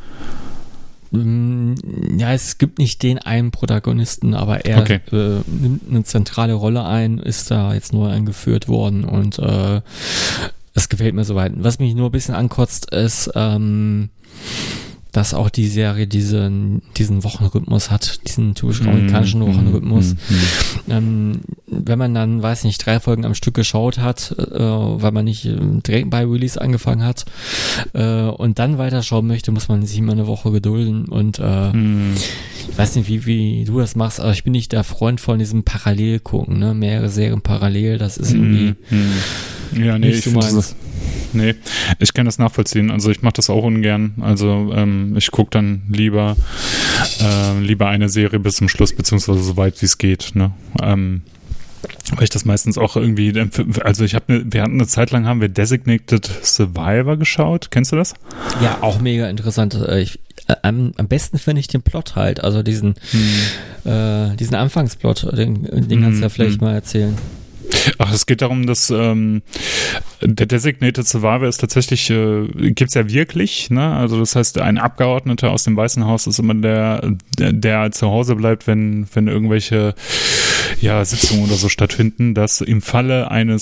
Ja, es gibt nicht den einen Protagonisten, aber er nimmt eine zentrale Rolle ein, ist da jetzt neu eingeführt worden und es gefällt mir soweit. Was mich nur ein bisschen ankotzt, ist, dass auch die Serie diesen Wochenrhythmus hat, diesen typischen amerikanischen Wochenrhythmus. Wenn man dann, 3 Folgen am Stück geschaut hat, weil man nicht direkt bei Release angefangen hat und dann weiterschauen möchte, muss man sich immer eine Woche gedulden und ich weiß nicht, wie du das machst, aber ich bin nicht der Freund von diesem Parallelgucken, ne? Mehrere Serien parallel, das ist irgendwie ja, nee, ich kann das nachvollziehen. Also ich mache das auch ungern. Also ich gucke dann lieber eine Serie bis zum Schluss, beziehungsweise so weit wie es geht. Ne? Weil ich das meistens auch irgendwie, also wir hatten eine Zeit lang, haben wir Designated Survivor geschaut. Kennst du das? Ja, auch mega interessant. Am besten finde ich den Plot halt, also diesen Anfangsplot, den kannst du ja vielleicht mal erzählen. Ach, es geht darum, dass der Designated Survivor ist tatsächlich, gibt's ja wirklich, ne? Also das heißt, ein Abgeordneter aus dem Weißen Haus ist immer der zu Hause bleibt, wenn irgendwelche Sitzungen oder so stattfinden, dass im Falle einer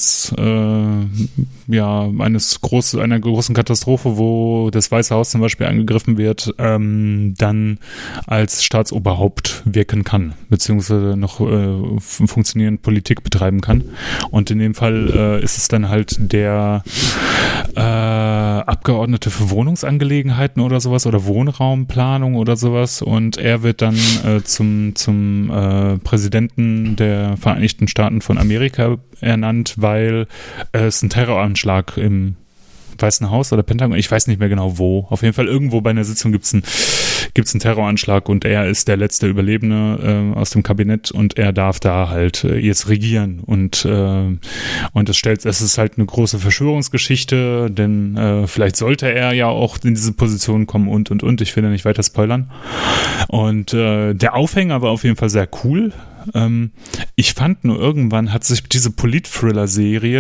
großen Katastrophe, wo das Weiße Haus zum Beispiel angegriffen wird, dann als Staatsoberhaupt wirken kann, beziehungsweise noch funktionierend Politik betreiben kann. Und in dem Fall ist es dann halt der Abgeordnete für Wohnungsangelegenheiten oder sowas oder Wohnraumplanung oder sowas, und er wird dann zum Präsidenten der Vereinigten Staaten von Amerika ernannt, weil es einen Terroranschlag im Weißen Haus oder Pentagon, ich weiß nicht mehr genau wo, auf jeden Fall irgendwo bei einer Sitzung gibt's einen Terroranschlag und er ist der letzte Überlebende aus dem Kabinett und er darf da halt jetzt regieren und es ist halt eine große Verschwörungsgeschichte, denn vielleicht sollte er ja auch in diese Position kommen und ich will ja nicht weiter spoilern, und der Aufhänger war auf jeden Fall sehr cool. Ich fand nur, irgendwann hat sich diese Polit-Thriller-Serie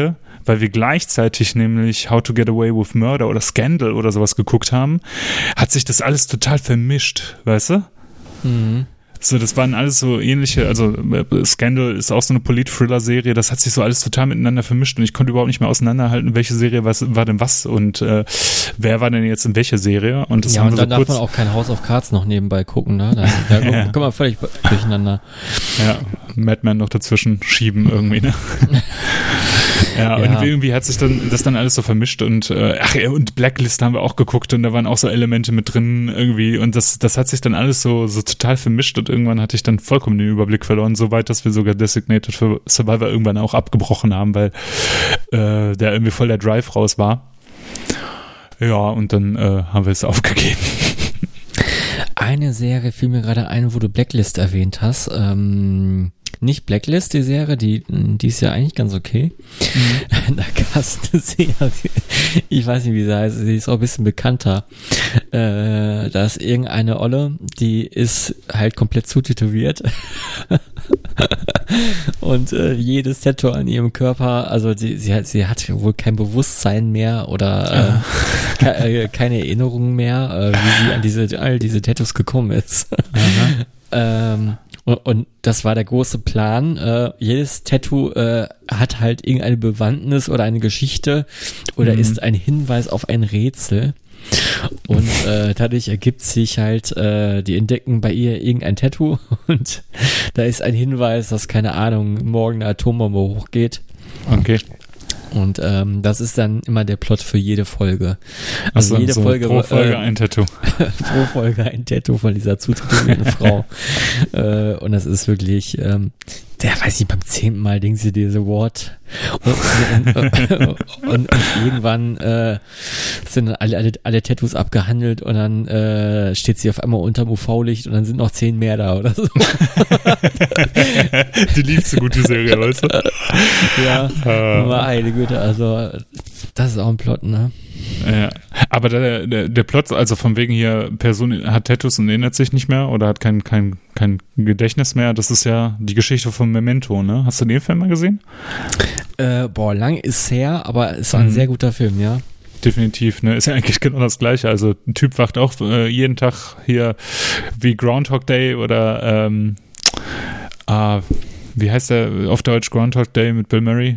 weil wir gleichzeitig nämlich How to Get Away with Murder oder Scandal oder sowas geguckt haben, hat sich das alles total vermischt, weißt du? Mhm. So, das waren alles so ähnliche, also Scandal ist auch so eine Polit-Thriller-Serie, das hat sich so alles total miteinander vermischt und ich konnte überhaupt nicht mehr auseinanderhalten, welche Serie war denn was und wer war denn jetzt in welcher Serie. Und das ja, haben und wir dann so darf kurz, man auch kein House of Cards noch nebenbei gucken, ne? Da kommt man völlig durcheinander. ja, Madman noch dazwischen schieben irgendwie, ne? Ja, Ja. und irgendwie hat sich das dann alles so vermischt und und Blacklist haben wir auch geguckt und da waren auch so Elemente mit drin irgendwie und das hat sich dann alles so total vermischt und irgendwann hatte ich dann vollkommen den Überblick verloren, so weit, dass wir sogar Designated für Survivor irgendwann auch abgebrochen haben, weil da irgendwie voll der Drive raus war. Ja, und dann haben wir es aufgegeben. Eine Serie fiel mir gerade ein, wo du Blacklist erwähnt hast. Nicht Blacklist, die Serie, die ist ja eigentlich ganz okay. Mhm. Da gab es eine Serie, ich weiß nicht, wie sie heißt, sie ist auch ein bisschen bekannter. Da ist irgendeine Olle, die ist halt komplett zutätowiert. Und jedes Tattoo an ihrem Körper, also sie hat wohl kein Bewusstsein mehr oder keine Erinnerungen mehr, wie sie an all diese Tattoos gekommen ist. Und das war der große Plan. Jedes Tattoo hat halt irgendeine Bewandtnis oder eine Geschichte oder ist ein Hinweis auf ein Rätsel. Und dadurch ergibt sich halt, die entdecken bei ihr irgendein Tattoo und da ist ein Hinweis, dass, keine Ahnung, morgen eine Atombombe hochgeht. Okay. Und das ist dann immer der Plot für jede Folge. Also jede Folge pro Folge ein Tattoo. Pro Folge ein Tattoo von dieser zutätowierten Frau. Und das ist wirklich, der weiß nicht, beim 10. Mal denken sie dir so, what? Und irgendwann sind dann alle Tattoos abgehandelt und dann steht sie auf einmal unterm UV-Licht und dann sind noch 10 mehr da oder so. Die liebst so gut, die Serie, weißt du? Ja, meine Güte, also das ist auch ein Plot, ne? Ja, aber der Plot, also von wegen hier, Person hat Tattoos und erinnert sich nicht mehr oder hat kein Gedächtnis mehr, das ist ja die Geschichte von Memento, ne? Hast du den Film mal gesehen? Lang ist her, aber es war ein sehr guter Film, ja. Definitiv, ne? Ist ja eigentlich genau das Gleiche. Also ein Typ wacht auch jeden Tag hier wie Groundhog Day oder wie heißt der auf Deutsch Groundhog Day mit Bill Murray?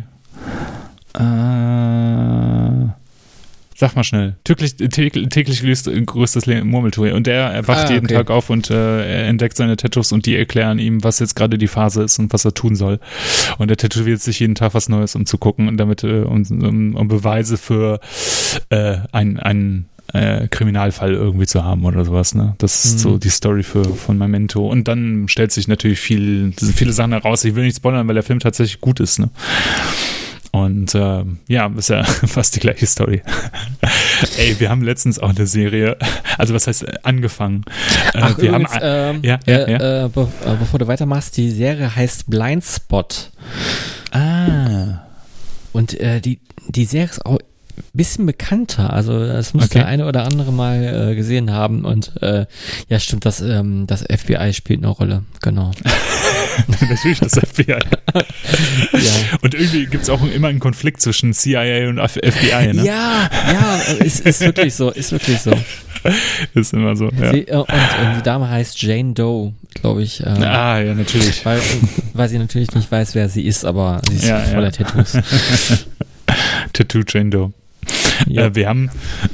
Sag mal schnell. Täglich größtes Murmeltier. Und er wacht jeden Tag auf und er entdeckt seine Tattoos und die erklären ihm, was jetzt gerade die Phase ist und was er tun soll. Und er tätowiert sich jeden Tag was Neues, um zu gucken und damit um Beweise für einen Kriminalfall irgendwie zu haben oder sowas, ne? Das ist so die Story von Memento. Und dann stellt sich natürlich viele Sachen heraus. Ich will nicht spoilern, weil der Film tatsächlich gut ist, ne? Und ist ja fast die gleiche Story. Ey, wir haben letztens auch eine Serie, also was heißt angefangen? Ach, wir übrigens, haben, bevor du weitermachst, die Serie heißt Blindspot. Und die Serie ist auch ein bisschen bekannter, also das muss der eine oder andere mal gesehen haben und ja stimmt, das FBI spielt eine Rolle, genau. Natürlich das FBI. Ja. Und irgendwie gibt es auch immer einen Konflikt zwischen CIA und FBI, ne? Ja, ist wirklich so. Ist immer so, ja. Und die Dame heißt Jane Doe, glaube ich. Ja, natürlich. Weil sie natürlich nicht weiß, wer sie ist, aber sie ist voller Tattoos. Tattoo Jane Doe. Ja. Wir haben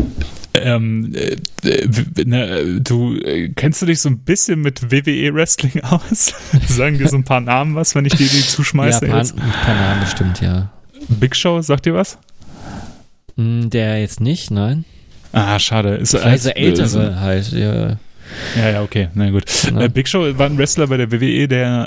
kennst du dich so ein bisschen mit WWE Wrestling aus? Sagen dir so ein paar Namen was, wenn ich dir die zuschmeiße? Ja, ein paar Namen bestimmt, ja. Big Show, sagt dir was? Der jetzt nicht, nein. Ah, schade. Ist also ältere halt, ja. Ja, okay, na gut. Ja. Big Show war ein Wrestler bei der WWE, der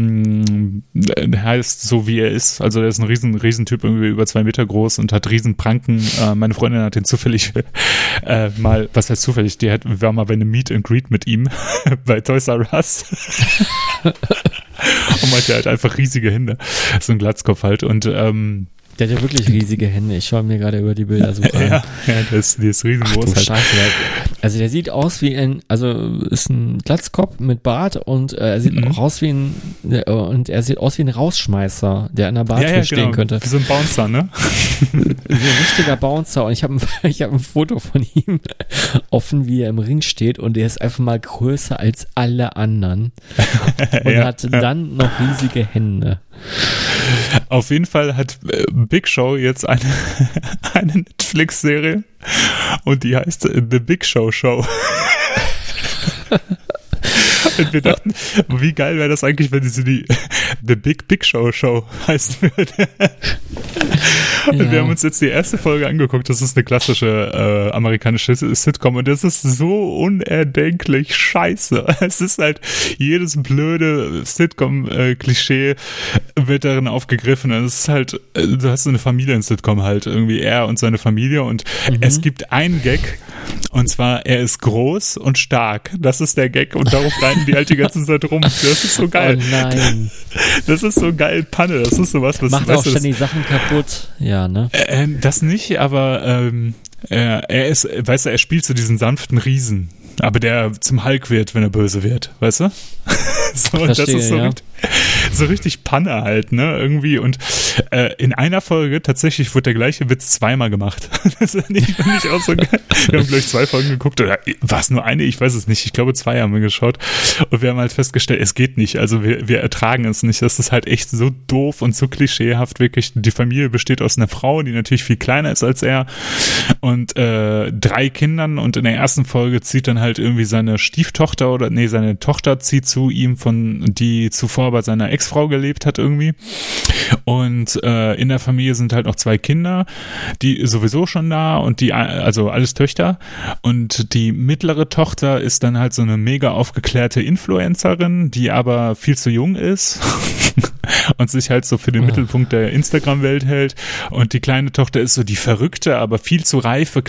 heißt so, wie er ist. Also der ist ein Riesentyp, irgendwie über 2 Meter groß und hat Riesenpranken. Meine Freundin hat den zufällig was heißt zufällig? Wir waren mal bei einem Meet and Greet mit ihm bei Toys R Us. Und meinte, er hat einfach riesige Hände. So ein Glatzkopf halt. Und Der hat ja wirklich riesige Hände. Ich schaue mir gerade über die Bildersuche an. Ja, die ist riesengroß. Ach, Scheiße. Also der sieht aus wie ist ein Glatzkopf mit Bart und er sieht auch aus wie ein Rausschmeißer, der an der Bar stehen könnte. Wie so ein Bouncer, ne? So ein richtiger Bouncer. Und ich habe ein Foto von ihm offen, wie er im Ring steht und der ist einfach mal größer als alle anderen und hat dann noch riesige Hände. Auf jeden Fall hat Big Show jetzt eine Netflix-Serie und die heißt The Big Show Show. Und wir dachten, wie geil wäre das eigentlich, wenn sie die The Big Show Show heißen würde. Und wir haben uns jetzt die erste Folge angeguckt. Das ist eine klassische amerikanische Sitcom und das ist so unerdenklich scheiße. Es ist halt jedes blöde Sitcom-Klischee wird darin aufgegriffen. Und es ist halt, du hast so eine Familien-Sitcom halt, irgendwie er und seine Familie und es gibt einen Gag und zwar, er ist groß und stark. Das ist der Gag und darauf reiten die halt die ganze Zeit rum. Das ist so geil. Oh nein. Das ist so geil, Panne. Das ist sowas, was macht auch ständig Sachen kaputt. Ja, ne? Das nicht, aber er ist, weißt du, er spielt so diesen sanften Riesen, aber der zum Hulk wird, wenn er böse wird, weißt du? So, und das ist so richtig Panne halt, ne, irgendwie. Und in einer Folge tatsächlich wurde der gleiche Witz zweimal gemacht. Das fand ich auch so geil. Wir haben gleich 2 Folgen geguckt, oder war es nur eine? Ich weiß es nicht. Ich glaube 2 haben wir geschaut. Und wir haben halt festgestellt, es geht nicht. Also wir ertragen es nicht. Das ist halt echt so doof und so klischeehaft, wirklich. Die Familie besteht aus einer Frau, die natürlich viel kleiner ist als er und 3 Kindern und in der ersten Folge zieht dann halt irgendwie seine Stieftochter seine Tochter zieht zu ihm, die zuvor bei seiner Ex-Frau gelebt hat irgendwie. Und in der Familie sind halt noch 2 Kinder, die sowieso schon da und also alles Töchter. Und die mittlere Tochter ist dann halt so eine mega aufgeklärte Influencerin, die aber viel zu jung ist und sich halt so für den Mittelpunkt der Instagram-Welt hält. Und die kleine Tochter ist so die verrückte, aber viel zu reife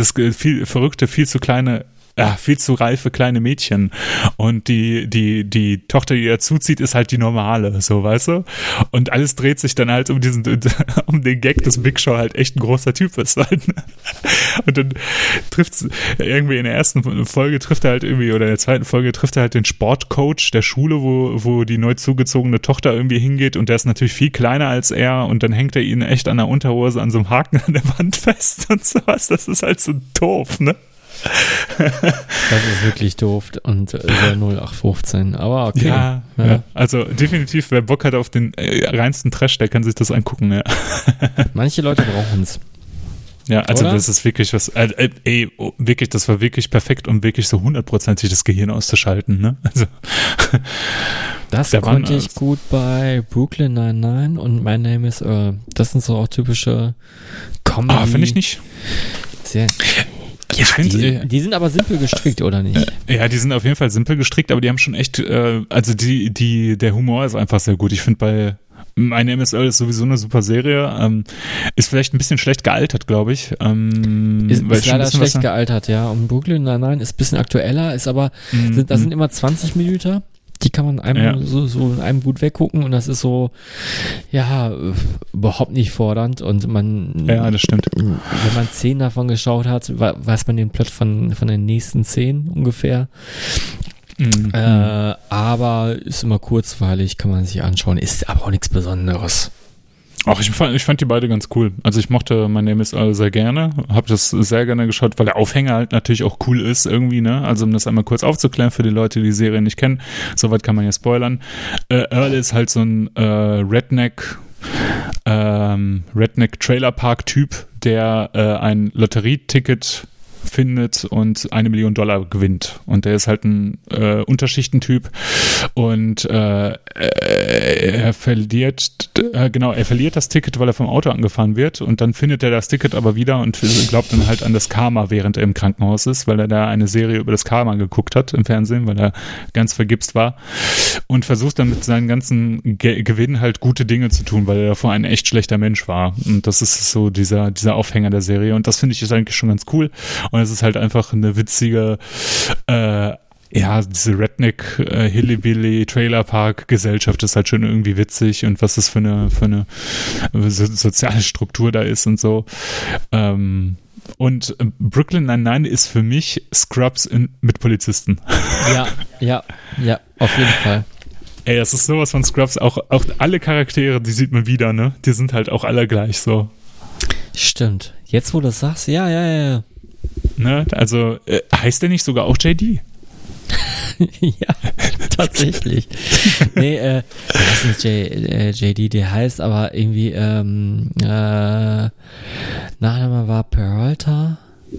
viel zu reife kleine Mädchen. Und die Tochter, die dazuzieht, ist halt die normale, so, weißt du? Und alles dreht sich dann halt um den Gag, dass Big Show halt echt ein großer Typ ist. Und dann trifft irgendwie in der ersten Folge oder in der zweiten Folge trifft er halt den Sportcoach der Schule, wo die neu zugezogene Tochter irgendwie hingeht und der ist natürlich viel kleiner als er und dann hängt er ihn echt an der Unterhose an so einem Haken an der Wand fest und sowas. Das ist halt so doof, ne? Das ist wirklich doof und sehr 0815, aber okay. Ja, also definitiv, wer Bock hat auf den reinsten Trash, der kann sich das angucken, ja. Manche Leute brauchen es. Ja, also oder? Das ist wirklich was, wirklich, das war wirklich perfekt, um wirklich so 100%ig das Gehirn auszuschalten, ne? Also das konnte ich gut bei Brooklyn Nine-Nine und My Name is Earl. Das sind so auch typische Comedy. Finde ich nicht. Sehr... Ja, die sind aber simpel gestrickt, oder nicht? Ja, die sind auf jeden Fall simpel gestrickt, aber die haben schon echt, also der Humor ist einfach sehr gut. Ich finde bei My Name is Earl ist sowieso eine super Serie. Ist vielleicht ein bisschen schlecht gealtert, glaube ich. Ist leider schlecht gealtert, ja. Und Brooklyn Nine-Nine ist ein bisschen aktueller, ist aber, das sind immer 20 Minuten. Die kann man einem so in einem gut weggucken und das ist so, ja, überhaupt nicht fordernd und ja, das stimmt. Wenn man 10 davon geschaut hat, weiß man den Plot von den nächsten 10 ungefähr. Aber ist immer kurzweilig, kann man sich anschauen, ist aber auch nichts Besonderes. Ach, ich fand die beide ganz cool. Also ich mochte My Name is Earl sehr gerne, habe das sehr gerne geschaut, weil der Aufhänger halt natürlich auch cool ist irgendwie, ne? Also um das einmal kurz aufzuklären für die Leute, die die Serie nicht kennen, soweit kann man ja spoilern. Earl ist halt so ein Redneck Trailer Park Typ, der ein Lotterieticket findet und $1 Million gewinnt. Und der ist halt ein Unterschichtentyp und er verliert das Ticket, weil er vom Auto angefahren wird und dann findet er das Ticket aber wieder und glaubt dann halt an das Karma, während er im Krankenhaus ist, weil er da eine Serie über das Karma geguckt hat im Fernsehen, weil er ganz vergibst war und versucht dann mit seinen ganzen Gewinn halt gute Dinge zu tun, weil er davor ein echt schlechter Mensch war. Und das ist so dieser Aufhänger der Serie und das finde ich ist eigentlich schon ganz cool. Und es ist halt einfach eine witzige ja, diese Redneck, Hillbilly, Trailerpark-Gesellschaft ist halt schon irgendwie witzig und was das für eine soziale Struktur da ist und so. Und Brooklyn Nine-Nine ist für mich Scrubs mit Polizisten. Ja, auf jeden Fall. Ey, das ist sowas von Scrubs. Auch alle Charaktere, die sieht man wieder, ne? Die sind halt auch alle gleich so. Stimmt. Jetzt, wo du das sagst, ja. Ne? Also, heißt der nicht sogar auch JD? Ja, tatsächlich. Nee, das ist nicht JD, der heißt aber irgendwie, Nachname war Peralta.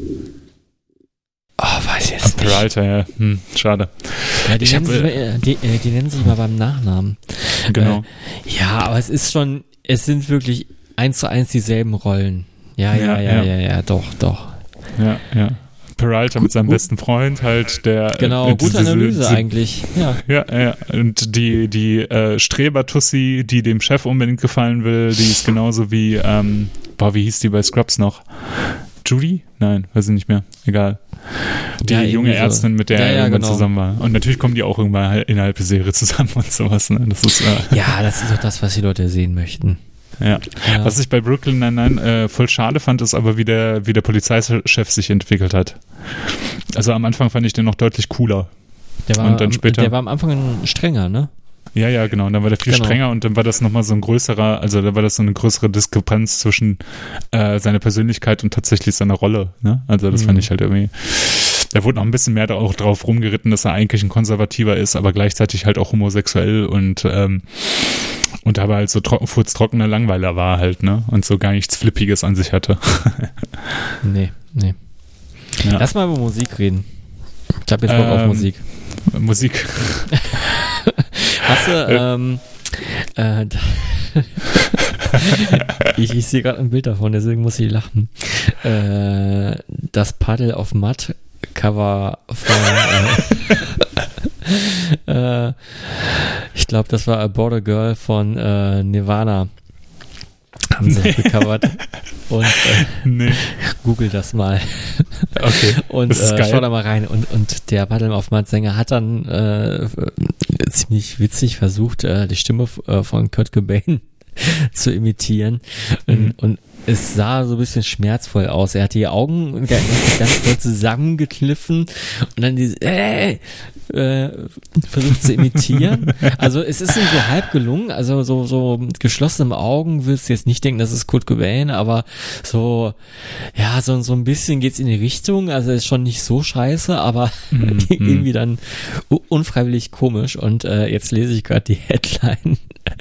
Oh, weiß ich jetzt nicht. Peralta, ja. Schade. Ja, die nennen sich mal beim Nachnamen. Genau. Ja, aber es sind wirklich 1:1 dieselben Rollen. Ja, doch. Ja. Peralta mit seinem besten Freund halt, der... Genau, gute Analyse eigentlich. Ja. Und die Streber-Tussi, die dem Chef unbedingt gefallen will, die ist genauso wie, wie hieß die bei Scrubs noch? Judy? Nein, weiß ich nicht mehr. Egal. Die junge Ärztin, mit der er irgendwann zusammen war. Und natürlich kommen die auch irgendwann innerhalb der Serie zusammen und sowas. Ne? Das ist, ja, das ist auch das, was die Leute sehen möchten. Ja. Was ich bei Brooklyn Nine-Nine voll schade fand, ist aber, wie der Polizeichef sich entwickelt hat. Also am Anfang fand ich den noch deutlich cooler. Der war am Anfang strenger, ne? Ja, genau. Und dann war der viel strenger und dann war das nochmal so da war das so eine größere Diskrepanz zwischen seiner Persönlichkeit und tatsächlich seiner Rolle. Ne? Also das fand ich halt irgendwie. Da wurde noch ein bisschen mehr auch drauf rumgeritten, dass er eigentlich ein Konservativer ist, aber gleichzeitig halt auch homosexuell und aber halt so furztrockener Langweiler war halt, ne? Und so gar nichts Flippiges an sich hatte. Nee. Ja. Lass mal über Musik reden. Ich hab jetzt Bock auf Musik. Musik. Hast du, ich sehe gerade ein Bild davon, deswegen muss ich lachen. Das Puddle of Mud Cover von ich glaube, das war A Border Girl von Nirvana. Haben sie gecovert. Und Google das mal. Okay. Und schau da mal rein. Und der Puddle of Mud Sänger hat dann ziemlich witzig versucht, die Stimme von Kurt Cobain zu imitieren. Und es sah so ein bisschen schmerzvoll aus. Er hat die Augen ganz doll zusammengekniffen und dann versucht zu imitieren. Also es ist ihm so halb gelungen. Also so mit geschlossenen Augen willst du jetzt nicht denken, das ist Kurt Cobain, aber so ein bisschen geht's in die Richtung. Also ist schon nicht so scheiße, aber irgendwie dann unfreiwillig komisch. Und jetzt lese ich gerade die Headline.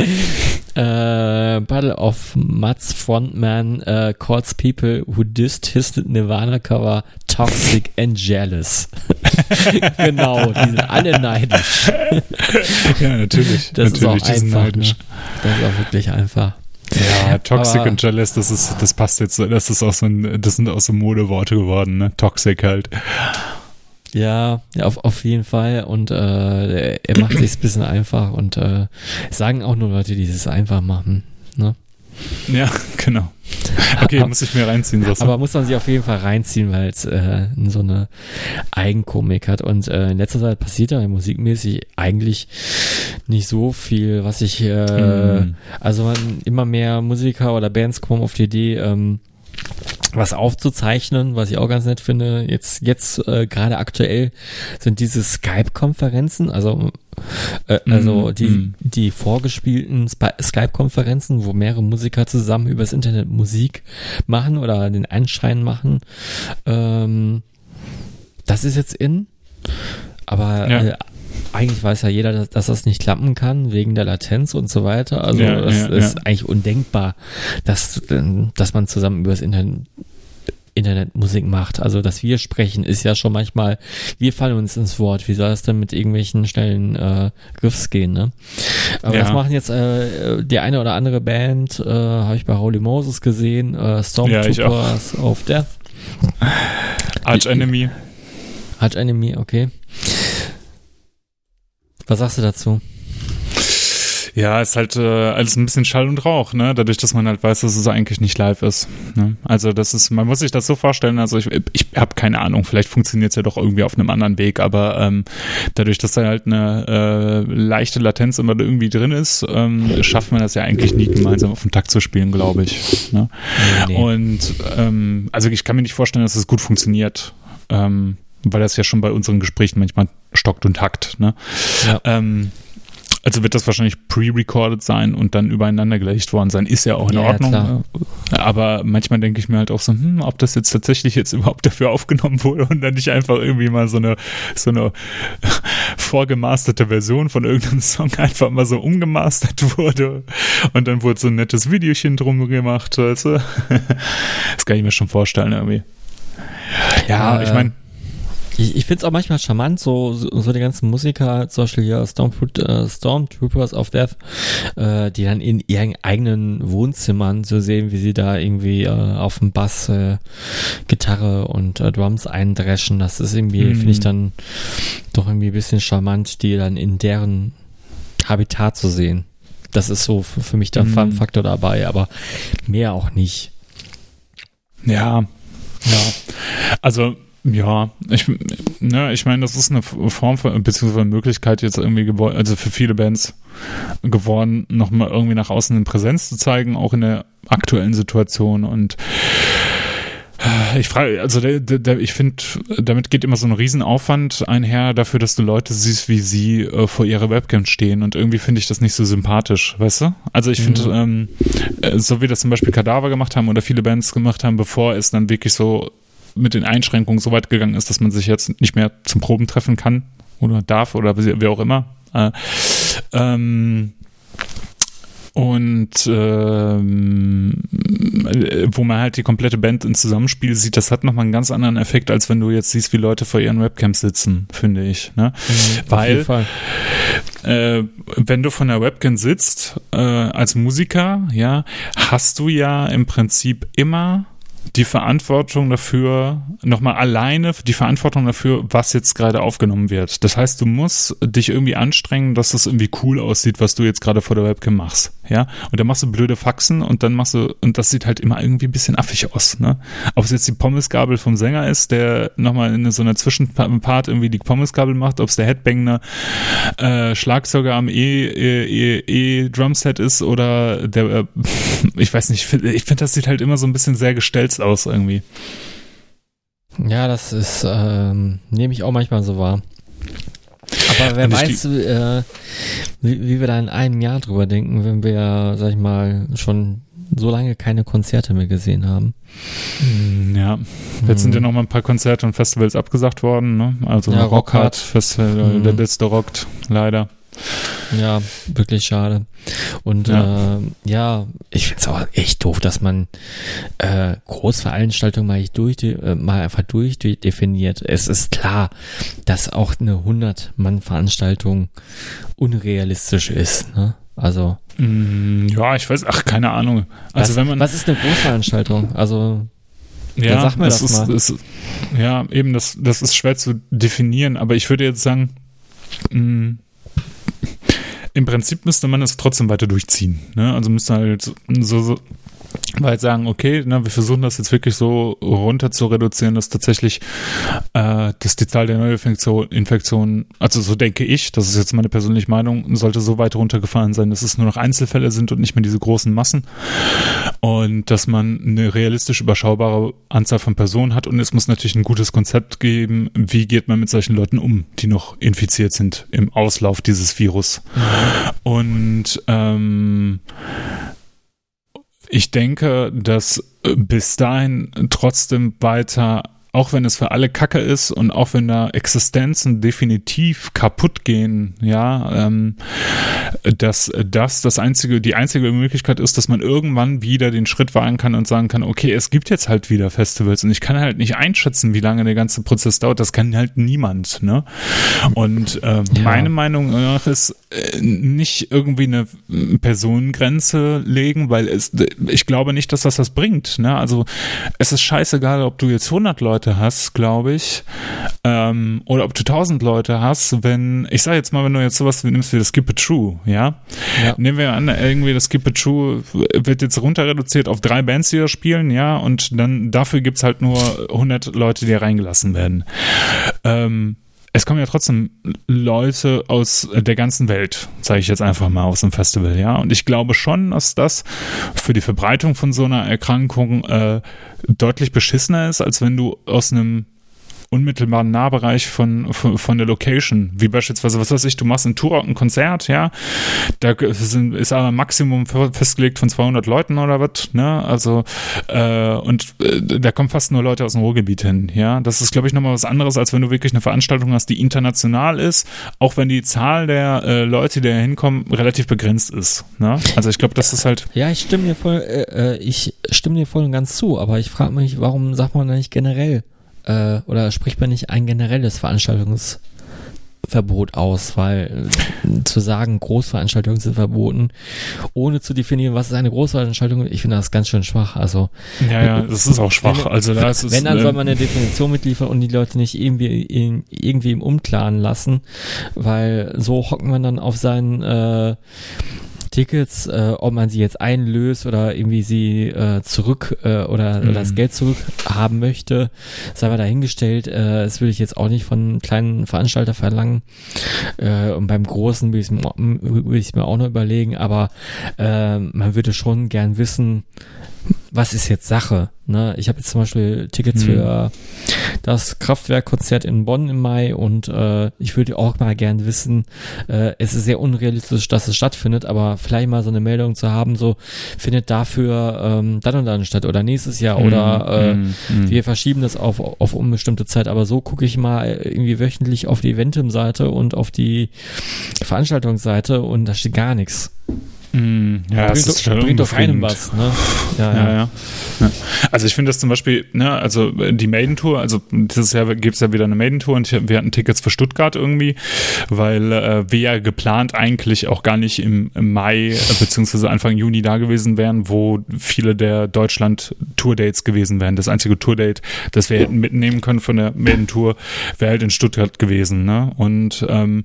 Puddle of Mud's Frontman calls people who dissed his Nirvana cover toxic and jealous. Genau, die sind alle neidisch. Ja, natürlich. Das natürlich, ist auch einfach. Ne? Das ist auch wirklich einfach. Ja, toxic und jealous, das passt jetzt so, das sind auch so Modeworte geworden, ne? Toxic halt. Ja, auf jeden Fall und er macht sich ein bisschen einfach und sagen auch nur Leute, die es einfach machen, ne? Ja, genau. Okay, muss ich mir reinziehen. Aber muss man sich auf jeden Fall reinziehen, weil es so eine Eigenkomik hat und in letzter Zeit passiert da musikmäßig eigentlich nicht so viel, was ich also immer mehr Musiker oder Bands kommen auf die Idee, was aufzuzeichnen, was ich auch ganz nett finde. Jetzt gerade aktuell sind diese Skype-Konferenzen, also die vorgespielten Skype-Konferenzen, wo mehrere Musiker zusammen übers Internet Musik machen oder den Anschein machen. Das ist jetzt in, aber eigentlich weiß ja jeder, dass das nicht klappen kann, wegen der Latenz und so weiter. Also das ist eigentlich undenkbar, dass man zusammen übers Internet Musik macht. Also, dass wir sprechen, ist ja schon manchmal, wir fallen uns ins Wort. Wie soll das denn mit irgendwelchen schnellen Griffs gehen, ne? Aber das machen jetzt die eine oder andere Band, habe ich bei Holy Moses gesehen, Stormtroopers of Death. Arch Enemy, okay. Was sagst du dazu? Ja, ist halt alles ein bisschen Schall und Rauch, ne? Dadurch, dass man halt weiß, dass es eigentlich nicht live ist. Ne? Also das ist, man muss sich das so vorstellen, also ich habe keine Ahnung, vielleicht funktioniert es ja doch irgendwie auf einem anderen Weg, aber dadurch, dass da halt eine leichte Latenz immer irgendwie drin ist, schafft man das ja eigentlich nie gemeinsam auf den Takt zu spielen, glaube ich. Ne? Nee. Und also ich kann mir nicht vorstellen, dass es gut funktioniert, weil das ja schon bei unseren Gesprächen manchmal stockt und hackt. Ne? Ja. Also wird das wahrscheinlich pre-recorded sein und dann übereinander gelegt worden sein. Ist ja auch in Ordnung. Klar. Aber manchmal denke ich mir halt auch so, ob das jetzt tatsächlich jetzt überhaupt dafür aufgenommen wurde und dann nicht einfach irgendwie mal so eine vorgemasterte Version von irgendeinem Song einfach mal so umgemastert wurde und dann wurde so ein nettes Videochen drum gemacht. Weißt du? Das kann ich mir schon vorstellen irgendwie. Ja, ich meine, ich finde es auch manchmal charmant, so die ganzen Musiker, zum Beispiel hier Stormtroopers of Death, die dann in ihren eigenen Wohnzimmern so sehen, wie sie da irgendwie auf dem Bass Gitarre und Drums eindreschen. Das ist irgendwie, finde ich dann doch irgendwie ein bisschen charmant, die dann in deren Habitat zu sehen. Das ist so für mich der Fun-Faktor dabei, aber mehr auch nicht. Ja. Also ja, ich meine, das ist eine Form von, beziehungsweise eine Möglichkeit jetzt irgendwie also für viele Bands geworden, nochmal irgendwie nach außen in Präsenz zu zeigen, auch in der aktuellen Situation und ich frage, also ich finde, damit geht immer so ein Riesenaufwand einher dafür, dass du Leute siehst, wie sie vor ihrer Webcam stehen und irgendwie finde ich das nicht so sympathisch, weißt du? Also ich finde, so wie das zum Beispiel Kadaver gemacht haben oder viele Bands gemacht haben, bevor es dann wirklich so mit den Einschränkungen so weit gegangen ist, dass man sich jetzt nicht mehr zum Proben treffen kann oder darf oder wie auch immer. Und wo man halt die komplette Band in Zusammenspiel sieht, das hat nochmal einen ganz anderen Effekt, als wenn du jetzt siehst, wie Leute vor ihren Webcams sitzen, finde ich. Ne? Weil, wenn du von der Webcam sitzt, als Musiker, ja, hast du ja im Prinzip immer die Verantwortung dafür, nochmal alleine die Verantwortung dafür, was jetzt gerade aufgenommen wird. Das heißt, du musst dich irgendwie anstrengen, dass das irgendwie cool aussieht, was du jetzt gerade vor der Webcam machst. Ja, und dann machst du blöde Faxen und dann und das sieht halt immer irgendwie ein bisschen affig aus, ne? Ob es jetzt die Pommesgabel vom Sänger ist, der nochmal in so einer Zwischenpart irgendwie die Pommesgabel macht, ob es der Headbanger Schlagzeuger am Drumset ist oder der, ich weiß nicht, ich finde, das sieht halt immer so ein bisschen sehr gestelzt aus irgendwie. Ja, das ist, nehme ich auch manchmal so wahr. Aber wer weiß, wie wir da in einem Jahr drüber denken, wenn wir, sag ich mal, schon so lange keine Konzerte mehr gesehen haben. Ja, jetzt sind ja noch mal ein paar Konzerte und Festivals abgesagt worden, ne? Also ja, Rockhard Festival, der letzte rockt, leider. Ja, wirklich schade. Und ja, ich finde es auch echt doof, dass man Großveranstaltungen mal einfach durchdefiniert. Es ist klar, dass auch eine 100-Mann-Veranstaltung unrealistisch ist, ne? Also ja, ich weiß, keine Ahnung. Also was ist eine Großveranstaltung? Also ja, sag mir das mal. Ja, eben, das ist schwer zu definieren, aber ich würde jetzt sagen, im Prinzip müsste man das trotzdem weiter durchziehen. Ne? Also müsste halt so weit sagen, okay, wir versuchen das jetzt wirklich so runter zu reduzieren, dass tatsächlich dass die Zahl der Neuinfektionen, also so denke ich, das ist jetzt meine persönliche Meinung, sollte so weit runtergefahren sein, dass es nur noch Einzelfälle sind und nicht mehr diese großen Massen und dass man eine realistisch überschaubare Anzahl von Personen hat und es muss natürlich ein gutes Konzept geben, wie geht man mit solchen Leuten um, die noch infiziert sind im Auslauf dieses Virus. Und ich denke, dass bis dahin trotzdem weiter, auch wenn es für alle Kacke ist und auch wenn da Existenzen definitiv kaputt gehen, ja, dass die einzige Möglichkeit ist, dass man irgendwann wieder den Schritt wagen kann und sagen kann, okay, es gibt jetzt halt wieder Festivals und ich kann halt nicht einschätzen, wie lange der ganze Prozess dauert, das kann halt niemand, ne? Und meine Meinung nach ist, nicht irgendwie eine Personengrenze legen, weil ich glaube nicht, dass das bringt, ne? Also es ist scheißegal, ob du jetzt 100 Leute Leute hast, glaube ich, oder ob du 1000 Leute hast, ich sage jetzt mal, wenn du jetzt sowas nimmst wie das Skip It True, ja? Nehmen wir an, irgendwie das Skip It True wird jetzt runter reduziert auf 3 Bands, die da spielen, ja, und dann dafür gibt's halt nur 100 Leute, die reingelassen werden. Es kommen ja trotzdem Leute aus der ganzen Welt, sage ich jetzt einfach mal, aus dem Festival, ja. Und ich glaube schon, dass das für die Verbreitung von so einer Erkrankung deutlich beschissener ist, als wenn du aus einem unmittelbaren Nahbereich von der Location, wie beispielsweise, was weiß ich, du machst in Turok ein Konzert, ja, da ist aber ein Maximum festgelegt von 200 Leuten oder was, ne, also da kommen fast nur Leute aus dem Ruhrgebiet hin, ja, das ist, glaube ich, nochmal was anderes, als wenn du wirklich eine Veranstaltung hast, die international ist, auch wenn die Zahl der Leute, die da hinkommen, relativ begrenzt ist, ne, also ich glaube, das ist halt... Ja, ich stimme dir voll und ganz zu, aber ich frage mich, warum sagt man da nicht generell oder spricht man nicht ein generelles Veranstaltungsverbot aus, weil zu sagen, Großveranstaltungen sind verboten, ohne zu definieren, was ist eine Großveranstaltung, ich finde das ganz schön schwach. Also ja, das ist auch schwach. Wenn dann soll man eine Definition mitliefern und die Leute nicht irgendwie im Unklaren lassen, weil so hockt man dann auf seinen Tickets, ob man sie jetzt einlöst oder irgendwie sie zurück oder das Geld zurück haben möchte, sei mal dahingestellt. Das würde ich jetzt auch nicht von einem kleinen Veranstalter verlangen. Und beim Großen würde ich es mir auch noch überlegen, aber man würde schon gern wissen, was ist jetzt Sache? Ne? Ich habe jetzt zum Beispiel Tickets für das Kraftwerk-Konzert in Bonn im Mai und ich würde auch mal gern wissen, es ist sehr unrealistisch, dass es stattfindet, aber vielleicht mal so eine Meldung zu haben, so findet dafür dann und dann statt oder nächstes Jahr oder wir verschieben das auf unbestimmte Zeit, aber so gucke ich mal irgendwie wöchentlich auf die Eventim-Seite und auf die Veranstaltungsseite und da steht gar nichts. Ja, das bringt doch keinem was, ne? Ja. Also ich finde das zum Beispiel, ne, also die Maiden-Tour, also dieses Jahr gibt es ja wieder eine Maiden-Tour und wir hatten Tickets für Stuttgart irgendwie, weil wir ja geplant eigentlich auch gar nicht im Mai beziehungsweise Anfang Juni da gewesen wären, wo viele der Deutschland-Tour-Dates gewesen wären. Das einzige Tour-Date, das wir hätten mitnehmen können von der Maiden-Tour, wäre halt in Stuttgart gewesen, ne? Und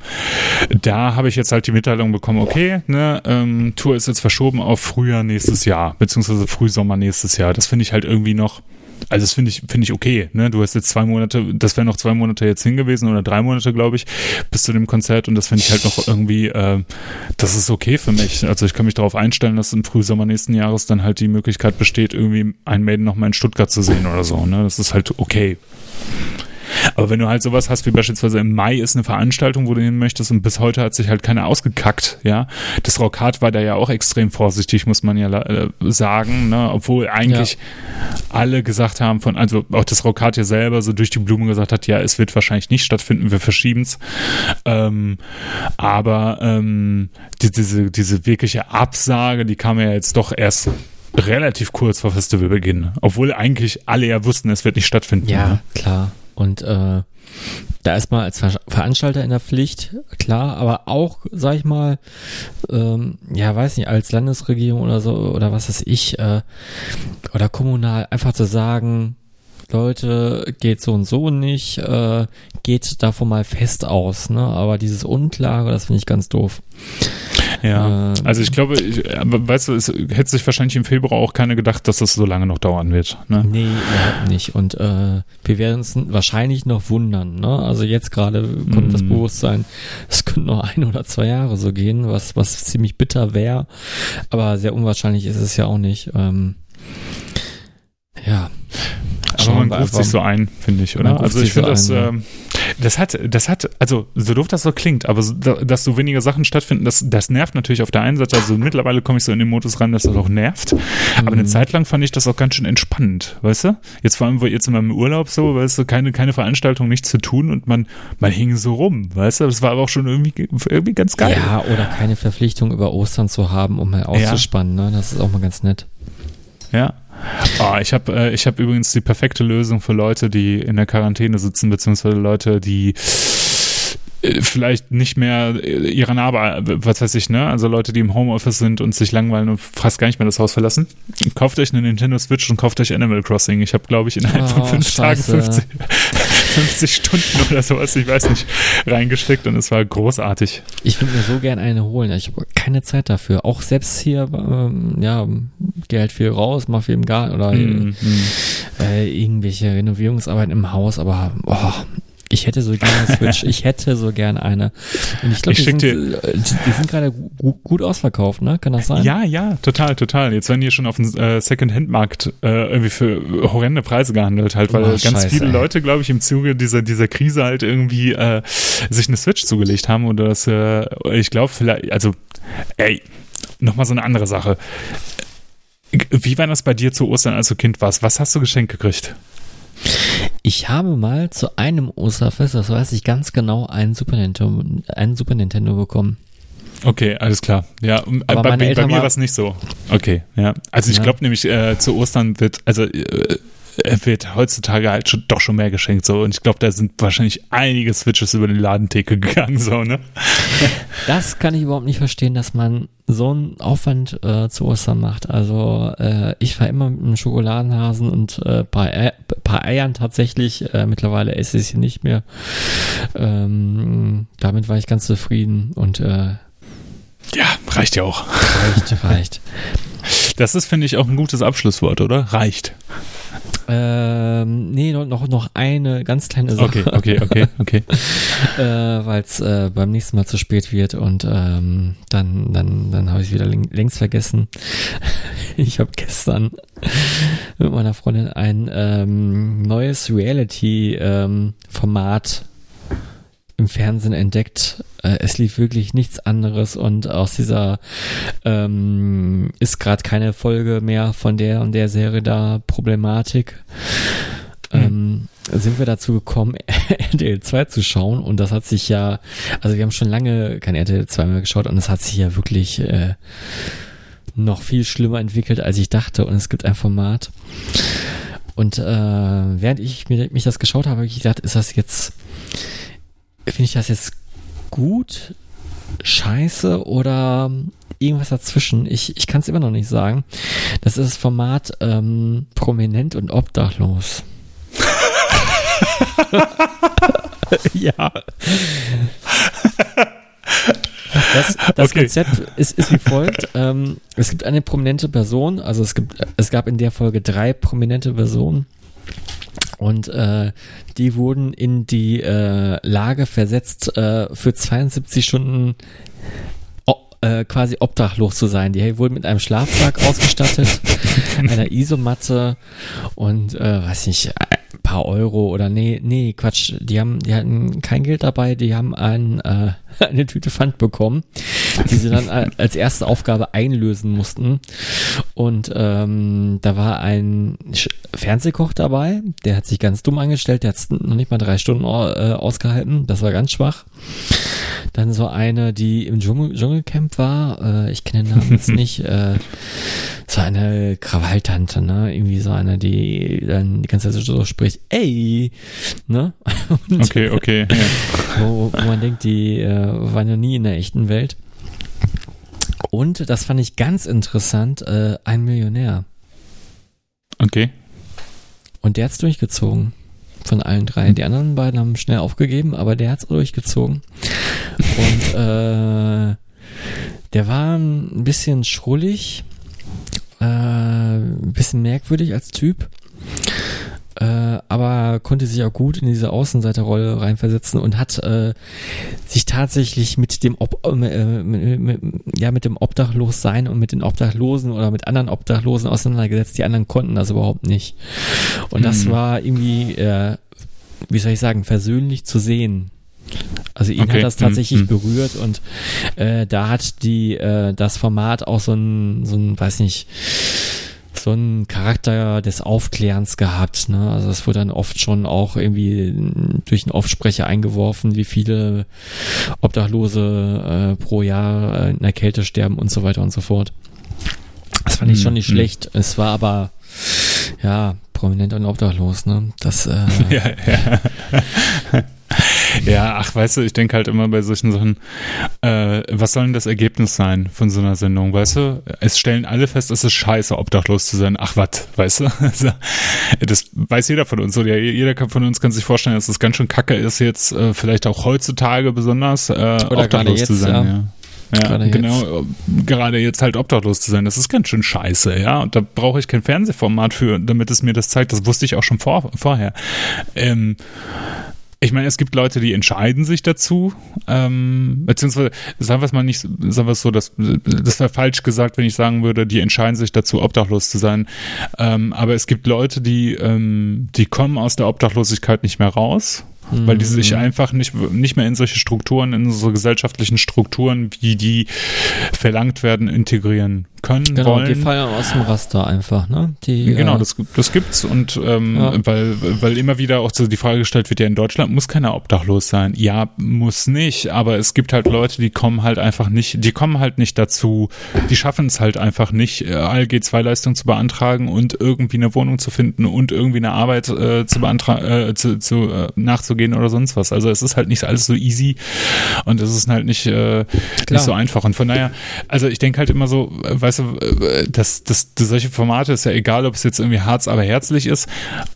da habe ich jetzt halt die Mitteilung bekommen, okay, ne, Tour ist jetzt verschoben auf Frühjahr nächstes Jahr, beziehungsweise Frühsommer nächstes Jahr. Das finde ich halt irgendwie noch, also das finde ich okay, ne? Du hast jetzt 2 Monate, das wären noch 2 Monate jetzt hingewiesen oder 3 Monate, glaube ich, bis zu dem Konzert und das finde ich halt noch irgendwie, das ist okay für mich. Also ich kann mich darauf einstellen, dass im Frühsommer nächsten Jahres dann halt die Möglichkeit besteht, irgendwie ein Maiden nochmal in Stuttgart zu sehen oder so, ne? Das ist halt okay. Aber wenn du halt sowas hast, wie beispielsweise im Mai ist eine Veranstaltung, wo du hin möchtest und bis heute hat sich halt keiner ausgekackt, ja. Das Rockhard war da ja auch extrem vorsichtig, muss man ja sagen, ne? Obwohl eigentlich alle gesagt haben also auch das Rockhard ja selber so durch die Blume gesagt hat, ja, es wird wahrscheinlich nicht stattfinden, wir verschieben's. Aber diese wirkliche Absage, die kam ja jetzt doch erst relativ kurz vor Festivalbeginn, obwohl eigentlich alle ja wussten, es wird nicht stattfinden. Ja, ne? Klar. Und da ist man als Veranstalter in der Pflicht, klar, aber auch, sag ich mal, weiß nicht, als Landesregierung oder so, oder was weiß ich, oder kommunal, einfach zu sagen, Leute, geht so und so nicht, geht davon mal fest aus, ne? Aber dieses Unklare, das finde ich ganz doof. Ja, also ich glaube, weißt du, es hätte sich wahrscheinlich im Februar auch keiner gedacht, dass das so lange noch dauern wird. Ne? Nee, überhaupt nicht. Und wir werden uns wahrscheinlich noch wundern. Ne? Also jetzt gerade kommt das Bewusstsein, es könnte noch 1 oder 2 Jahre so gehen, was ziemlich bitter wäre. Aber sehr unwahrscheinlich ist es ja auch nicht. Ja. Aber man ruft sich so ein, finde ich, oder? Also ich finde das hat, also so doof das so klingt, aber dass so wenige Sachen stattfinden, das nervt natürlich auf der einen Seite. Also mittlerweile komme ich so in den Modus rein, dass das auch nervt. Aber eine Zeit lang fand ich das auch ganz schön entspannend, weißt du? Jetzt vor allem jetzt in meinem Urlaub so, weißt du, keine Veranstaltung, nichts zu tun und man hing so rum, weißt du? Das war aber auch schon irgendwie ganz geil. Ja, oder keine Verpflichtung über Ostern zu haben, um mal auszuspannen, ne? Das ist auch mal ganz nett. Ja. Ich hab übrigens die perfekte Lösung für Leute, die in der Quarantäne sitzen, beziehungsweise Leute, die vielleicht nicht mehr ihrer Narbe, was weiß ich, ne? Also Leute, die im Homeoffice sind und sich langweilen und fast gar nicht mehr das Haus verlassen. Kauft euch eine Nintendo Switch und kauft euch Animal Crossing. Ich habe, glaube ich, innerhalb von 5 Tagen 50 Stunden oder sowas, ich weiß nicht, reingesteckt und es war großartig. Ich würde mir so gern eine holen. Ich habe keine Zeit dafür. Auch selbst hier, gehe halt viel raus, mach viel im Garten oder irgendwelche Renovierungsarbeiten im Haus, aber ich hätte so gerne eine Switch. Ich hätte so gern eine. Und ich glaube, die sind gerade gut ausverkauft, ne? Kann das sein? Ja, total. Jetzt werden die schon auf dem Second-Hand-Markt irgendwie für horrende Preise gehandelt halt, weil ganz viele Leute, glaube ich, im Zuge dieser Krise halt irgendwie sich eine Switch zugelegt haben oder das, ich glaube vielleicht, also, nochmal so eine andere Sache. Wie war das bei dir zu Ostern, als du Kind warst? Was hast du geschenkt gekriegt? Ich habe mal zu einem Osterfest, das weiß ich ganz genau, einen Super Nintendo bekommen. Okay, alles klar. Ja, bei mir war es nicht so. Okay, ja. Also ich glaube nämlich, zu Ostern wird heutzutage halt doch schon mehr geschenkt, so. Und ich glaube, da sind wahrscheinlich einige Switches über die Ladentheke gegangen, so, ne? Das kann ich überhaupt nicht verstehen, dass man so einen Aufwand zu Ostern macht. Also ich war immer mit einem Schokoladenhasen und paar Eiern tatsächlich. Mittlerweile esse ich sie nicht mehr. Damit war ich ganz zufrieden und ja, reicht ja auch. Reicht. Das ist, finde ich, auch ein gutes Abschlusswort, oder? Reicht. Nee, noch eine ganz kleine Sache. Okay. Weil es beim nächsten Mal zu spät wird und dann habe ich es wieder längst vergessen. Ich habe gestern mit meiner Freundin ein neues Reality-Format im Fernsehen entdeckt. Es lief wirklich nichts anderes und aus dieser ist gerade keine Folge mehr von der und der Serie da Problematik. Sind wir dazu gekommen, RTL 2 zu schauen und das hat sich ja, also wir haben schon lange kein RTL 2 mehr geschaut und es hat sich ja wirklich noch viel schlimmer entwickelt, als ich dachte und es gibt ein Format und während ich mich das geschaut habe, habe ich gedacht, finde ich das jetzt gut, scheiße oder irgendwas dazwischen? Ich kann es immer noch nicht sagen. Das ist das Format Prominent und Obdachlos. Ja. Das Konzept ist wie folgt. Es gibt eine prominente Person, also es gab in der Folge 3 prominente Personen. Und die wurden in die Lage versetzt, für 72 Stunden quasi obdachlos zu sein. Die wurden mit einem Schlafsack ausgestattet, einer Isomatte und weiß nicht, ein paar Euro oder nee, Quatsch. Die hatten kein Geld dabei, die haben eine Tüte Pfand bekommen, die sie dann als erste Aufgabe einlösen mussten. Und da war ein Fernsehkoch dabei, der hat sich ganz dumm angestellt, der hat es noch nicht mal 3 Stunden ausgehalten, das war ganz schwach. Dann so eine, die im Dschungelcamp war, ich kenne den Namen jetzt nicht, so eine Krawalltante, ne? Irgendwie so eine, die dann die ganze Zeit so spricht, ey, ne? Und okay. Ja. Wo man denkt, die war noch nie in der echten Welt. Und, das fand ich ganz interessant, ein Millionär. Okay. Und der hat's durchgezogen. Von allen 3. Die anderen beiden haben schnell aufgegeben, aber der hat's durchgezogen. Und der war ein bisschen schrullig, ein bisschen merkwürdig als Typ, aber konnte sich auch gut in diese Außenseiterrolle reinversetzen und hat sich tatsächlich mit dem Obdachlossein und mit den Obdachlosen oder mit anderen Obdachlosen auseinandergesetzt. Die anderen konnten das überhaupt nicht. Und das war irgendwie, wie soll ich sagen, versöhnlich zu sehen. Also ihn hat das tatsächlich berührt und da hat das Format auch so ein Charakter des Aufklärens gehabt, ne? Also es wurde dann oft schon auch irgendwie durch einen Aufsprecher eingeworfen, wie viele Obdachlose pro Jahr in der Kälte sterben und so weiter und so fort. Das fand ich schon nicht schlecht. Es war aber, ja, prominent und obdachlos, ne? Das, ja. Ja, ach, weißt du, ich denke halt immer bei solchen Sachen, was soll denn das Ergebnis sein von so einer Sendung, weißt du? Es stellen alle fest, es ist scheiße, obdachlos zu sein. Ach, was, weißt du? Also, das weiß jeder von uns. Oder jeder von uns kann sich vorstellen, dass es ganz schön kacke ist, jetzt vielleicht auch heutzutage besonders obdachlos zu sein. Ja. Ja, gerade genau, gerade jetzt halt obdachlos zu sein, das ist ganz schön scheiße, ja, und da brauche ich kein Fernsehformat für, damit es mir das zeigt, das wusste ich auch schon vorher. Ich meine, es gibt Leute, die entscheiden sich dazu, beziehungsweise, sagen wir es mal nicht, sagen wir es so, das wäre falsch gesagt, wenn ich sagen würde, die entscheiden sich dazu, obdachlos zu sein, aber es gibt Leute, die kommen aus der Obdachlosigkeit nicht mehr raus, weil die sich einfach nicht mehr in solche Strukturen, in so gesellschaftlichen Strukturen, wie die verlangt werden, integrieren können, genau, wollen. Die fallen aus dem Raster einfach, ne? Genau, das gibt's und weil immer wieder auch so die Frage gestellt wird, ja, in Deutschland muss keiner obdachlos sein. Ja, muss nicht, aber es gibt halt Leute, die kommen halt nicht dazu, die schaffen es halt einfach nicht, ALG-2-Leistung zu beantragen und irgendwie eine Wohnung zu finden und irgendwie eine Arbeit zu beantragen, nachzugehen oder sonst was. Also es ist halt nicht alles so easy und es ist halt nicht so einfach. Und von daher, also ich denke halt immer so, weißt du, dass solche Formate, ist ja egal, ob es jetzt irgendwie Harz aber herzlich ist,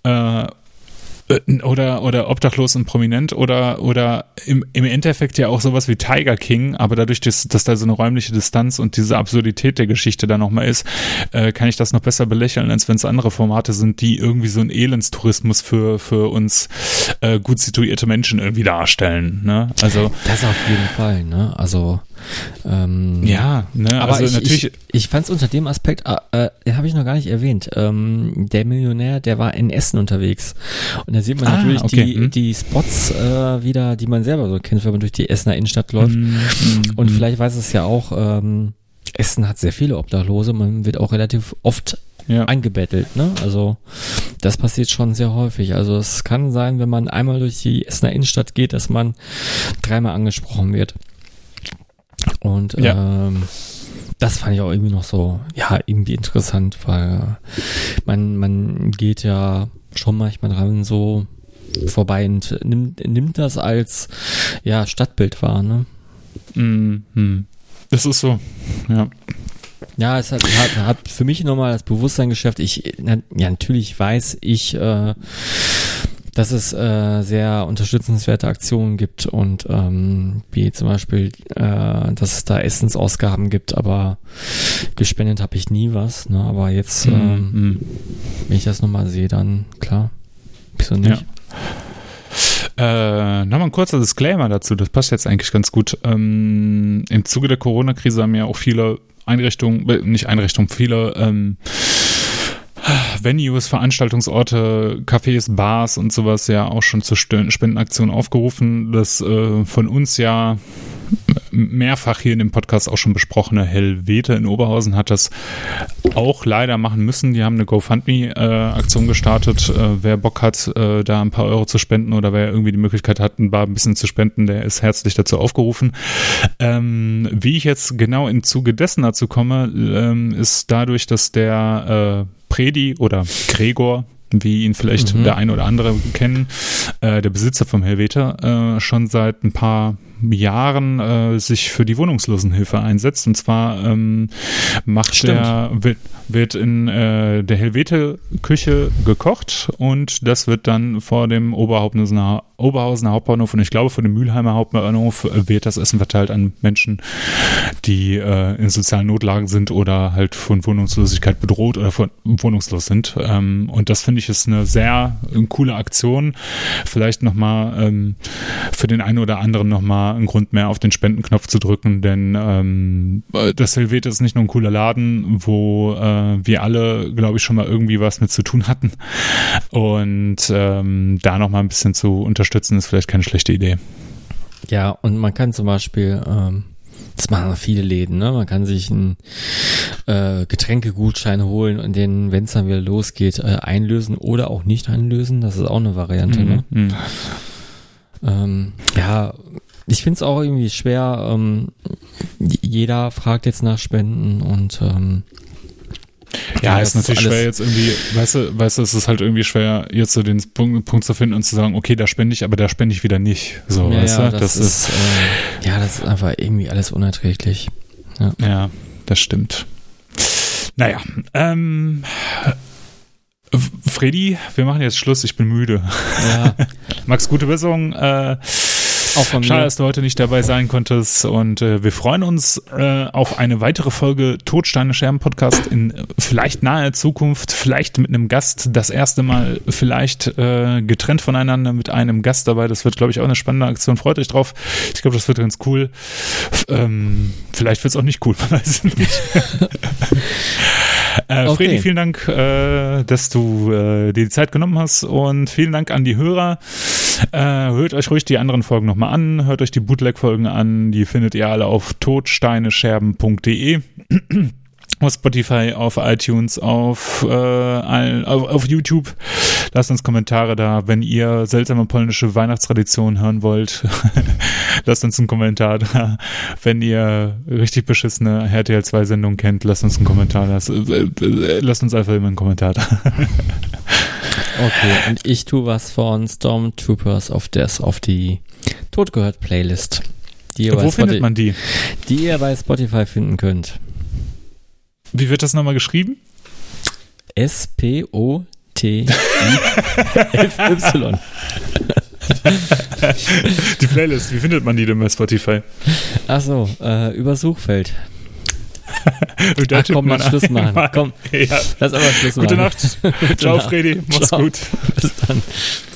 oder obdachlos und prominent oder im Endeffekt ja auch sowas wie Tiger King, aber dadurch, dass da so eine räumliche Distanz und diese Absurdität der Geschichte da nochmal ist, kann ich das noch besser belächeln, als wenn es andere Formate sind, die irgendwie so einen Elendstourismus für uns gut situierte Menschen irgendwie darstellen, ne? Also das auf jeden Fall, ne? Also ja, ne, aber also natürlich. Ich fand es unter dem Aspekt, den habe ich noch gar nicht erwähnt. Der Millionär, der war in Essen unterwegs. Und da sieht man natürlich die Spots wieder, die man selber so kennt, wenn man durch die Essener Innenstadt läuft. Und vielleicht weiß es ja auch, Essen hat sehr viele Obdachlose, man wird auch relativ oft eingebettelt, ne? Also das passiert schon sehr häufig. Also es kann sein, wenn man einmal durch die Essener Innenstadt geht, dass man dreimal angesprochen wird. Und das fand ich auch irgendwie noch so, ja, irgendwie interessant, weil man geht ja schon manchmal dran so vorbei und nimmt das als Stadtbild wahr, ne? Das ist so, ja. Ja, es hat für mich nochmal das Bewusstsein geschärft. Natürlich weiß ich, dass es sehr unterstützenswerte Aktionen gibt und wie zum Beispiel, dass es da Essensausgaben gibt, aber gespendet habe ich nie was. Ne? Aber jetzt, wenn ich das nochmal sehe, dann klar, wieso nicht? Ja. Nochmal ein kurzer Disclaimer dazu, das passt jetzt eigentlich ganz gut. Im Zuge der Corona-Krise haben ja auch viele viele Venues, Veranstaltungsorte, Cafés, Bars und sowas ja auch schon zur Spendenaktion aufgerufen. Das von uns ja mehrfach hier in dem Podcast auch schon besprochene Helvete in Oberhausen hat das auch leider machen müssen. Die haben eine GoFundMe-Aktion gestartet. Wer Bock hat, da ein paar Euro zu spenden oder wer irgendwie die Möglichkeit hat, ein bisschen zu spenden, der ist herzlich dazu aufgerufen. Wie ich jetzt genau im Zuge dessen dazu komme, ist dadurch, dass der Predi oder Gregor, wie ihn vielleicht der eine oder andere kennen, der Besitzer vom Helvete, schon seit ein paar Jahren sich für die Wohnungslosenhilfe einsetzt. Und zwar wird in der Helvete-Küche gekocht und das wird dann vor dem Oberhausener Hauptbahnhof und ich glaube vor dem Mülheimer Hauptbahnhof wird das Essen verteilt an Menschen, die in sozialen Notlagen sind oder halt von Wohnungslosigkeit bedroht oder wohnungslos sind. Und das finde ich ist eine sehr coole Aktion. Vielleicht nochmal für den einen oder anderen nochmal ein Grund mehr auf den Spendenknopf zu drücken, denn das Helvete ist nicht nur ein cooler Laden, wo wir alle, glaube ich, schon mal irgendwie was mit zu tun hatten und da nochmal ein bisschen zu unterstützen, ist vielleicht keine schlechte Idee. Ja, und man kann zum Beispiel, das machen viele Läden, ne? Man kann sich einen Getränkegutschein holen und den, wenn es dann wieder losgeht, einlösen oder auch nicht einlösen. Das ist auch eine Variante, ne? Ja, ich finde es auch irgendwie schwer. Jeder fragt jetzt nach Spenden und Ja, ist natürlich schwer jetzt irgendwie, weißt du, es ist halt irgendwie schwer, jetzt so den Punkt zu finden und zu sagen, okay, da spende ich, aber da spende ich wieder nicht. So, ja, weißt du? Das ist einfach irgendwie alles unerträglich. Ja, das stimmt. Naja, Freddy, wir machen jetzt Schluss, ich bin müde. Ja. Max, gute Besserung. Auch von mir. Schade, dass du heute nicht dabei sein konntest und wir freuen uns auf eine weitere Folge Todsteine Scherben Podcast in vielleicht naher Zukunft, vielleicht mit einem Gast, das erste Mal vielleicht getrennt voneinander mit einem Gast dabei. Das wird, glaube ich, auch eine spannende Aktion. Freut euch drauf. Ich glaube, das wird ganz cool. Vielleicht wird es auch nicht cool, man weiß es nicht. Okay. Fredi, vielen Dank, dass du dir die Zeit genommen hast und vielen Dank an die Hörer. Hört euch ruhig die anderen Folgen nochmal an, hört euch die Bootleg-Folgen an, die findet ihr alle auf todsteinescherben.de. Auf Spotify, auf iTunes, auf YouTube. Lasst uns Kommentare da. Wenn ihr seltsame polnische Weihnachtstraditionen hören wollt, lasst uns einen Kommentar da. Wenn ihr richtig beschissene RTL 2 Sendungen kennt, lasst uns einen Kommentar da. Lasst uns einfach immer einen Kommentar da. Okay, und ich tue was von Stormtroopers of Death auf die Totgehört Playlist. Wo findet man die? Die ihr bei Spotify finden könnt. Wie wird das nochmal geschrieben? SPOTIFY. Die Playlist, wie findet man die denn bei Spotify? Achso, über Suchfeld. Da komm, lass Schluss machen. Komm, ja. lass aber Schluss machen. Gute Nacht. Ciao, Fredi. Mach's gut. Bis dann.